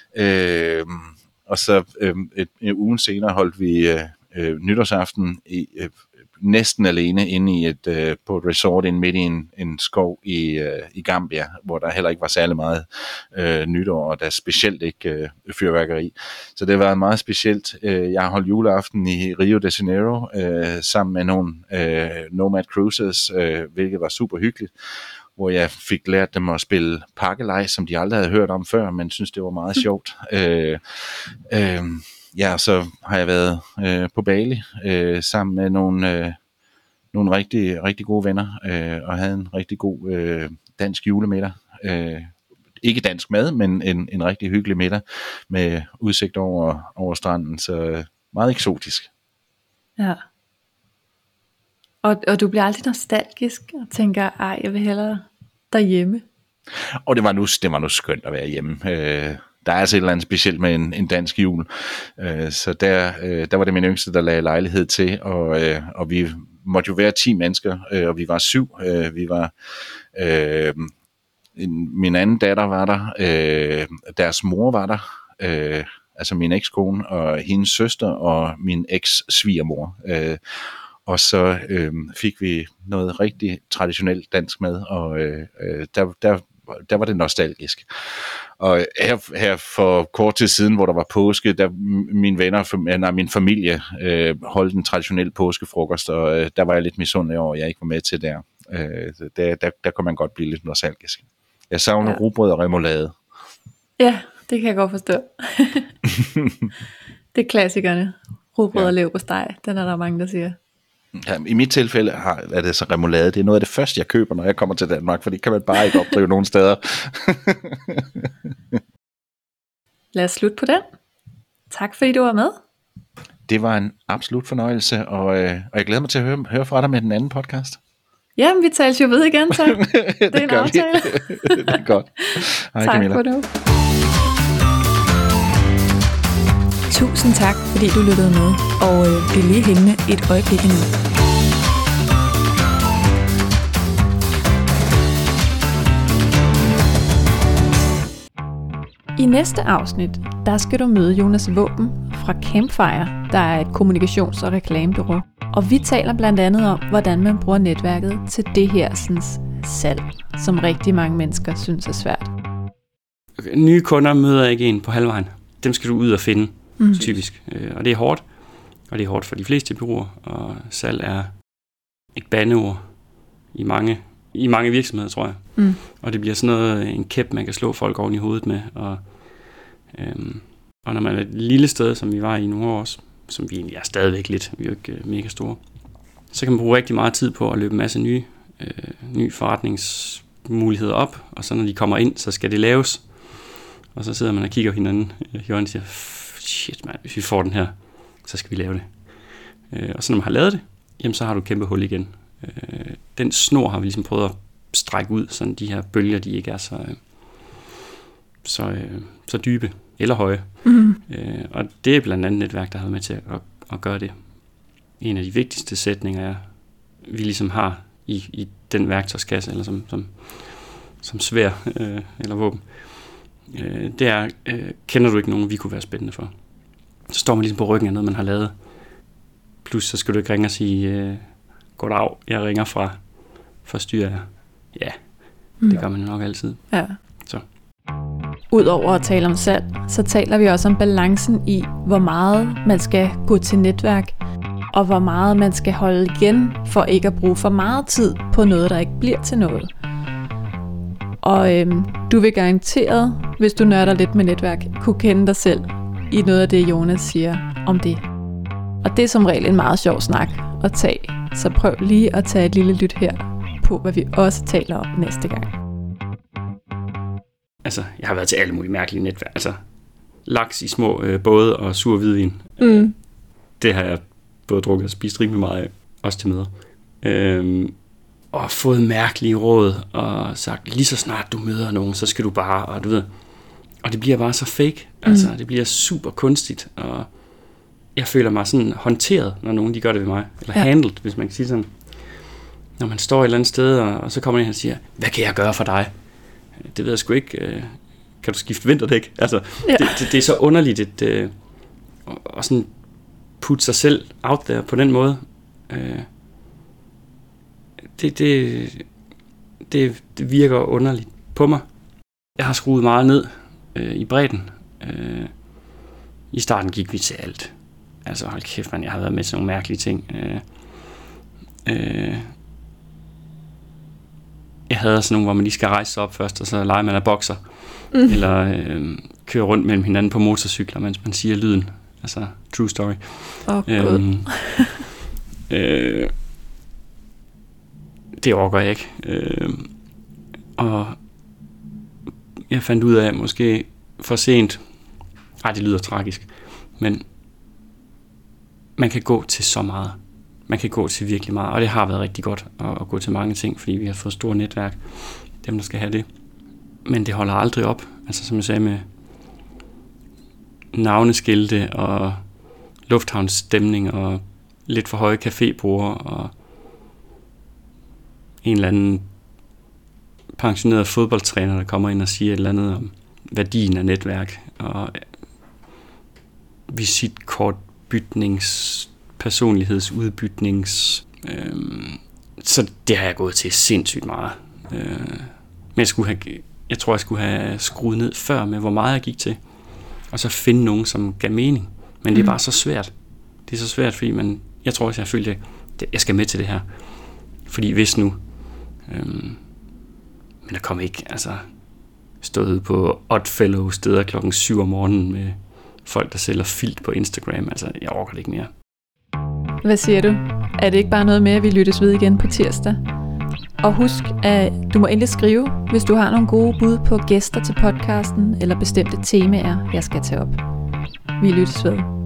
Øh, og så øh, et, en uge senere holdt vi øh, øh, nytårsaften i, øh, næsten alene inde i et, øh, på et resort inde midt i en, en skov i, øh, i Gambia, hvor der heller ikke var særlig meget øh, nytår, og der specielt ikke øh, fyrværkeri. Så det var meget specielt. Øh, jeg har holdt juleaften i Rio de Janeiro øh, sammen med nogle øh, Nomad Cruises, øh, hvilket var super hyggeligt, hvor jeg fik lært dem at spille pakkelej, som de aldrig havde hørt om før, men synes det var meget sjovt. Øh, øh, ja, så har jeg været øh, på Bali øh, sammen med nogle, øh, nogle rigtig, rigtig gode venner, øh, og havde en rigtig god øh, dansk julemiddag. Øh, ikke dansk mad, men en, en rigtig hyggelig middag med udsigt over, over stranden, så meget eksotisk. Ja. Og, og du bliver aldrig nostalgisk og tænker, ej, jeg vil hellere derhjemme. Og det var nu, det var nu skønt at være hjemme. Øh, der er altså et eller andet specielt med en, en dansk jul. Øh, så der, øh, der var det min yngste, der lagde lejlighed til, og, øh, og vi måtte jo være ti mennesker, øh, og vi var syv. Øh, vi var... Øh, en, min anden datter var der, øh, deres mor var der, øh, altså min ekskone og hendes søster og min eks-svigermor. Øh, Og så øh, fik vi noget rigtig traditionelt dansk mad, og øh, der, der, der var det nostalgisk. Og her, her for kort tid siden, hvor der var påske, der mine venner, nej, min familie øh, holdt en traditionel påskefrokost, og øh, der var jeg lidt misundelig over, at jeg ikke var med til der. Øh, der, der. Der kunne man godt blive lidt nostalgisk. Jeg savner ja. rugbrød og remoulade. Ja, det kan jeg godt forstå. Det er klassikerne. Rugbrød ja. og leverpostej, den er der mange, der siger. Ja, i mit tilfælde har, er det så remoulade. Det er noget af det første, jeg køber, når jeg kommer til Danmark, for det kan man bare ikke opdrive nogen steder. Lad os slutte på den. Tak fordi du var med. Det var en absolut fornøjelse, og, øh, og jeg glæder mig til at høre, høre fra dig med den anden podcast. Jamen, vi tales jo ved igen, så det, det er en aftale. Det er godt. Hej, tak Camilla. for det. Tusind tak, fordi du lyttede med, og øh, bliv lige hængende et øjeblik endnu. I næste afsnit, der skal du møde Jonas Våben fra Campfire, der er et kommunikations- og reklamebureau. Og vi taler blandt andet om, hvordan man bruger netværket til det her sådan, salg, som rigtig mange mennesker synes er svært. Nye kunder møder ikke en på halvvejen. Dem skal du ud og finde. Mm. Typisk. Og det er hårdt, og det er hårdt for de fleste bureauer, og salg er et bandeord i mange, i mange virksomheder, tror jeg. Mm. Og det bliver sådan noget, en kæp, man kan slå folk oven i hovedet med, og, øhm, og når man er et lille sted, som vi var i nogle år også, som vi egentlig er stadigvæk lidt, vi er jo ikke øh, mega store, så kan man bruge rigtig meget tid på at løbe en masse nye, øh, nye forretningsmuligheder op, og så når de kommer ind, så skal det laves, og så sidder man og kigger hinanden i hjørnet og siger, shit man, hvis vi får den her, så skal vi lave det. Øh, og så når man har lavet det, jamen så har du et kæmpe hul igen. Øh, den snor har vi ligesom prøvet at strække ud, så de her bølger, de ikke er så, øh, så, øh, så dybe eller høje. Mm-hmm. Øh, og det er blandt andet netværk, der har været med til at, at, at gøre det. En af de vigtigste sætninger er, vi ligesom har i, i den værktøjskasse, eller som, som, som svær øh, eller våben, øh, det er, øh, kender du ikke nogen, vi kunne være spændende for? Så står man ligesom på ryggen af noget, man har lavet. Plus så skal du ikke ringe og sige, øh, goddag, jeg ringer fra, forstyrrer jeg. Ja, mm. det gør man jo nok altid. Ja. Så. Udover at tale om salg, så taler vi også om balancen i, hvor meget man skal gå til netværk, og hvor meget man skal holde igen, for ikke at bruge for meget tid på noget, der ikke bliver til noget. Og øhm, du vil garanteret, hvis du nørder lidt med netværk, kunne kende dig selv i noget af det, Jonas siger om det. Og det er som regel en meget sjov snak at tage, så prøv lige at tage et lille lyt her på, hvad vi også taler om næste gang. Altså, jeg har været til alle mulige mærkelige netværk. Altså, laks i små øh, både og sur hvidvin. Mm. Det har jeg både drukket og spist rimelig meget af, også til møder. Øhm, og fået mærkelige råd, og sagt, lige så snart du møder nogen, så skal du bare, og du ved. Og det bliver bare så fake. Altså, mm. det bliver super kunstigt, og jeg føler mig sådan håndteret, når nogen de gør det ved mig. Eller ja. handled, hvis man kan sige sådan. Når man står et eller andet sted, og, og så kommer en og siger, hvad kan jeg gøre for dig? Det ved jeg sgu ikke. Øh, kan du skifte vinterdæk? Altså, ja. det, det, det er så underligt at øh, og, og sådan putte sig selv out there på den måde. Øh, det, det, det, det virker underligt på mig. Jeg har skruet meget ned øh, i bredden. Øh, I starten gik vi til alt. Altså hold kæft, man, jeg har været med til nogle mærkelige ting. Øh, øh, jeg havde sådan nogle, hvor man lige skal rejse sig op først, og så leger man af bokser. Mm. Eller øh, køre rundt mellem hinanden på motorcykler, mens man siger lyden. Altså, true story. Åh, oh, øhm, øh, det overgår jeg ikke. Øh, og jeg fandt ud af, måske for sent, ej, det lyder tragisk, men man kan gå til så meget. Man kan gå til virkelig meget, og det har været rigtig godt at, at gå til mange ting, fordi vi har fået store netværk, dem der skal have det. Men det holder aldrig op. Altså som jeg sagde med navneskilte og lufthavnsstemning og lidt for høje cafébord og en eller anden pensioneret fodboldtræner, der kommer ind og siger et eller andet om værdien af netværk og visitkortbytnings, personlighedsudbytnings. Øhm, så det har jeg gået til sindssygt meget. Øh, men jeg skulle have, jeg tror, jeg skulle have skruet ned før med, hvor meget jeg gik til. Og så finde nogen, som gav mening. Men det er bare så svært. Det er så svært, fordi man, jeg tror også, jeg følte, at jeg skal med til det her. Fordi hvis nu, øhm, men der kom ikke, altså, stået på Oddfellow steder klokken syv om morgenen med folk, der sælger filt på Instagram. Altså, jeg orker det ikke mere. Hvad siger du? Er det ikke bare noget med, at vi lyttes ved igen på tirsdag? Og husk, at du må endelig skrive, hvis du har nogle gode bud på gæster til podcasten, eller bestemte temaer, jeg skal tage op. Vi lyttes ved.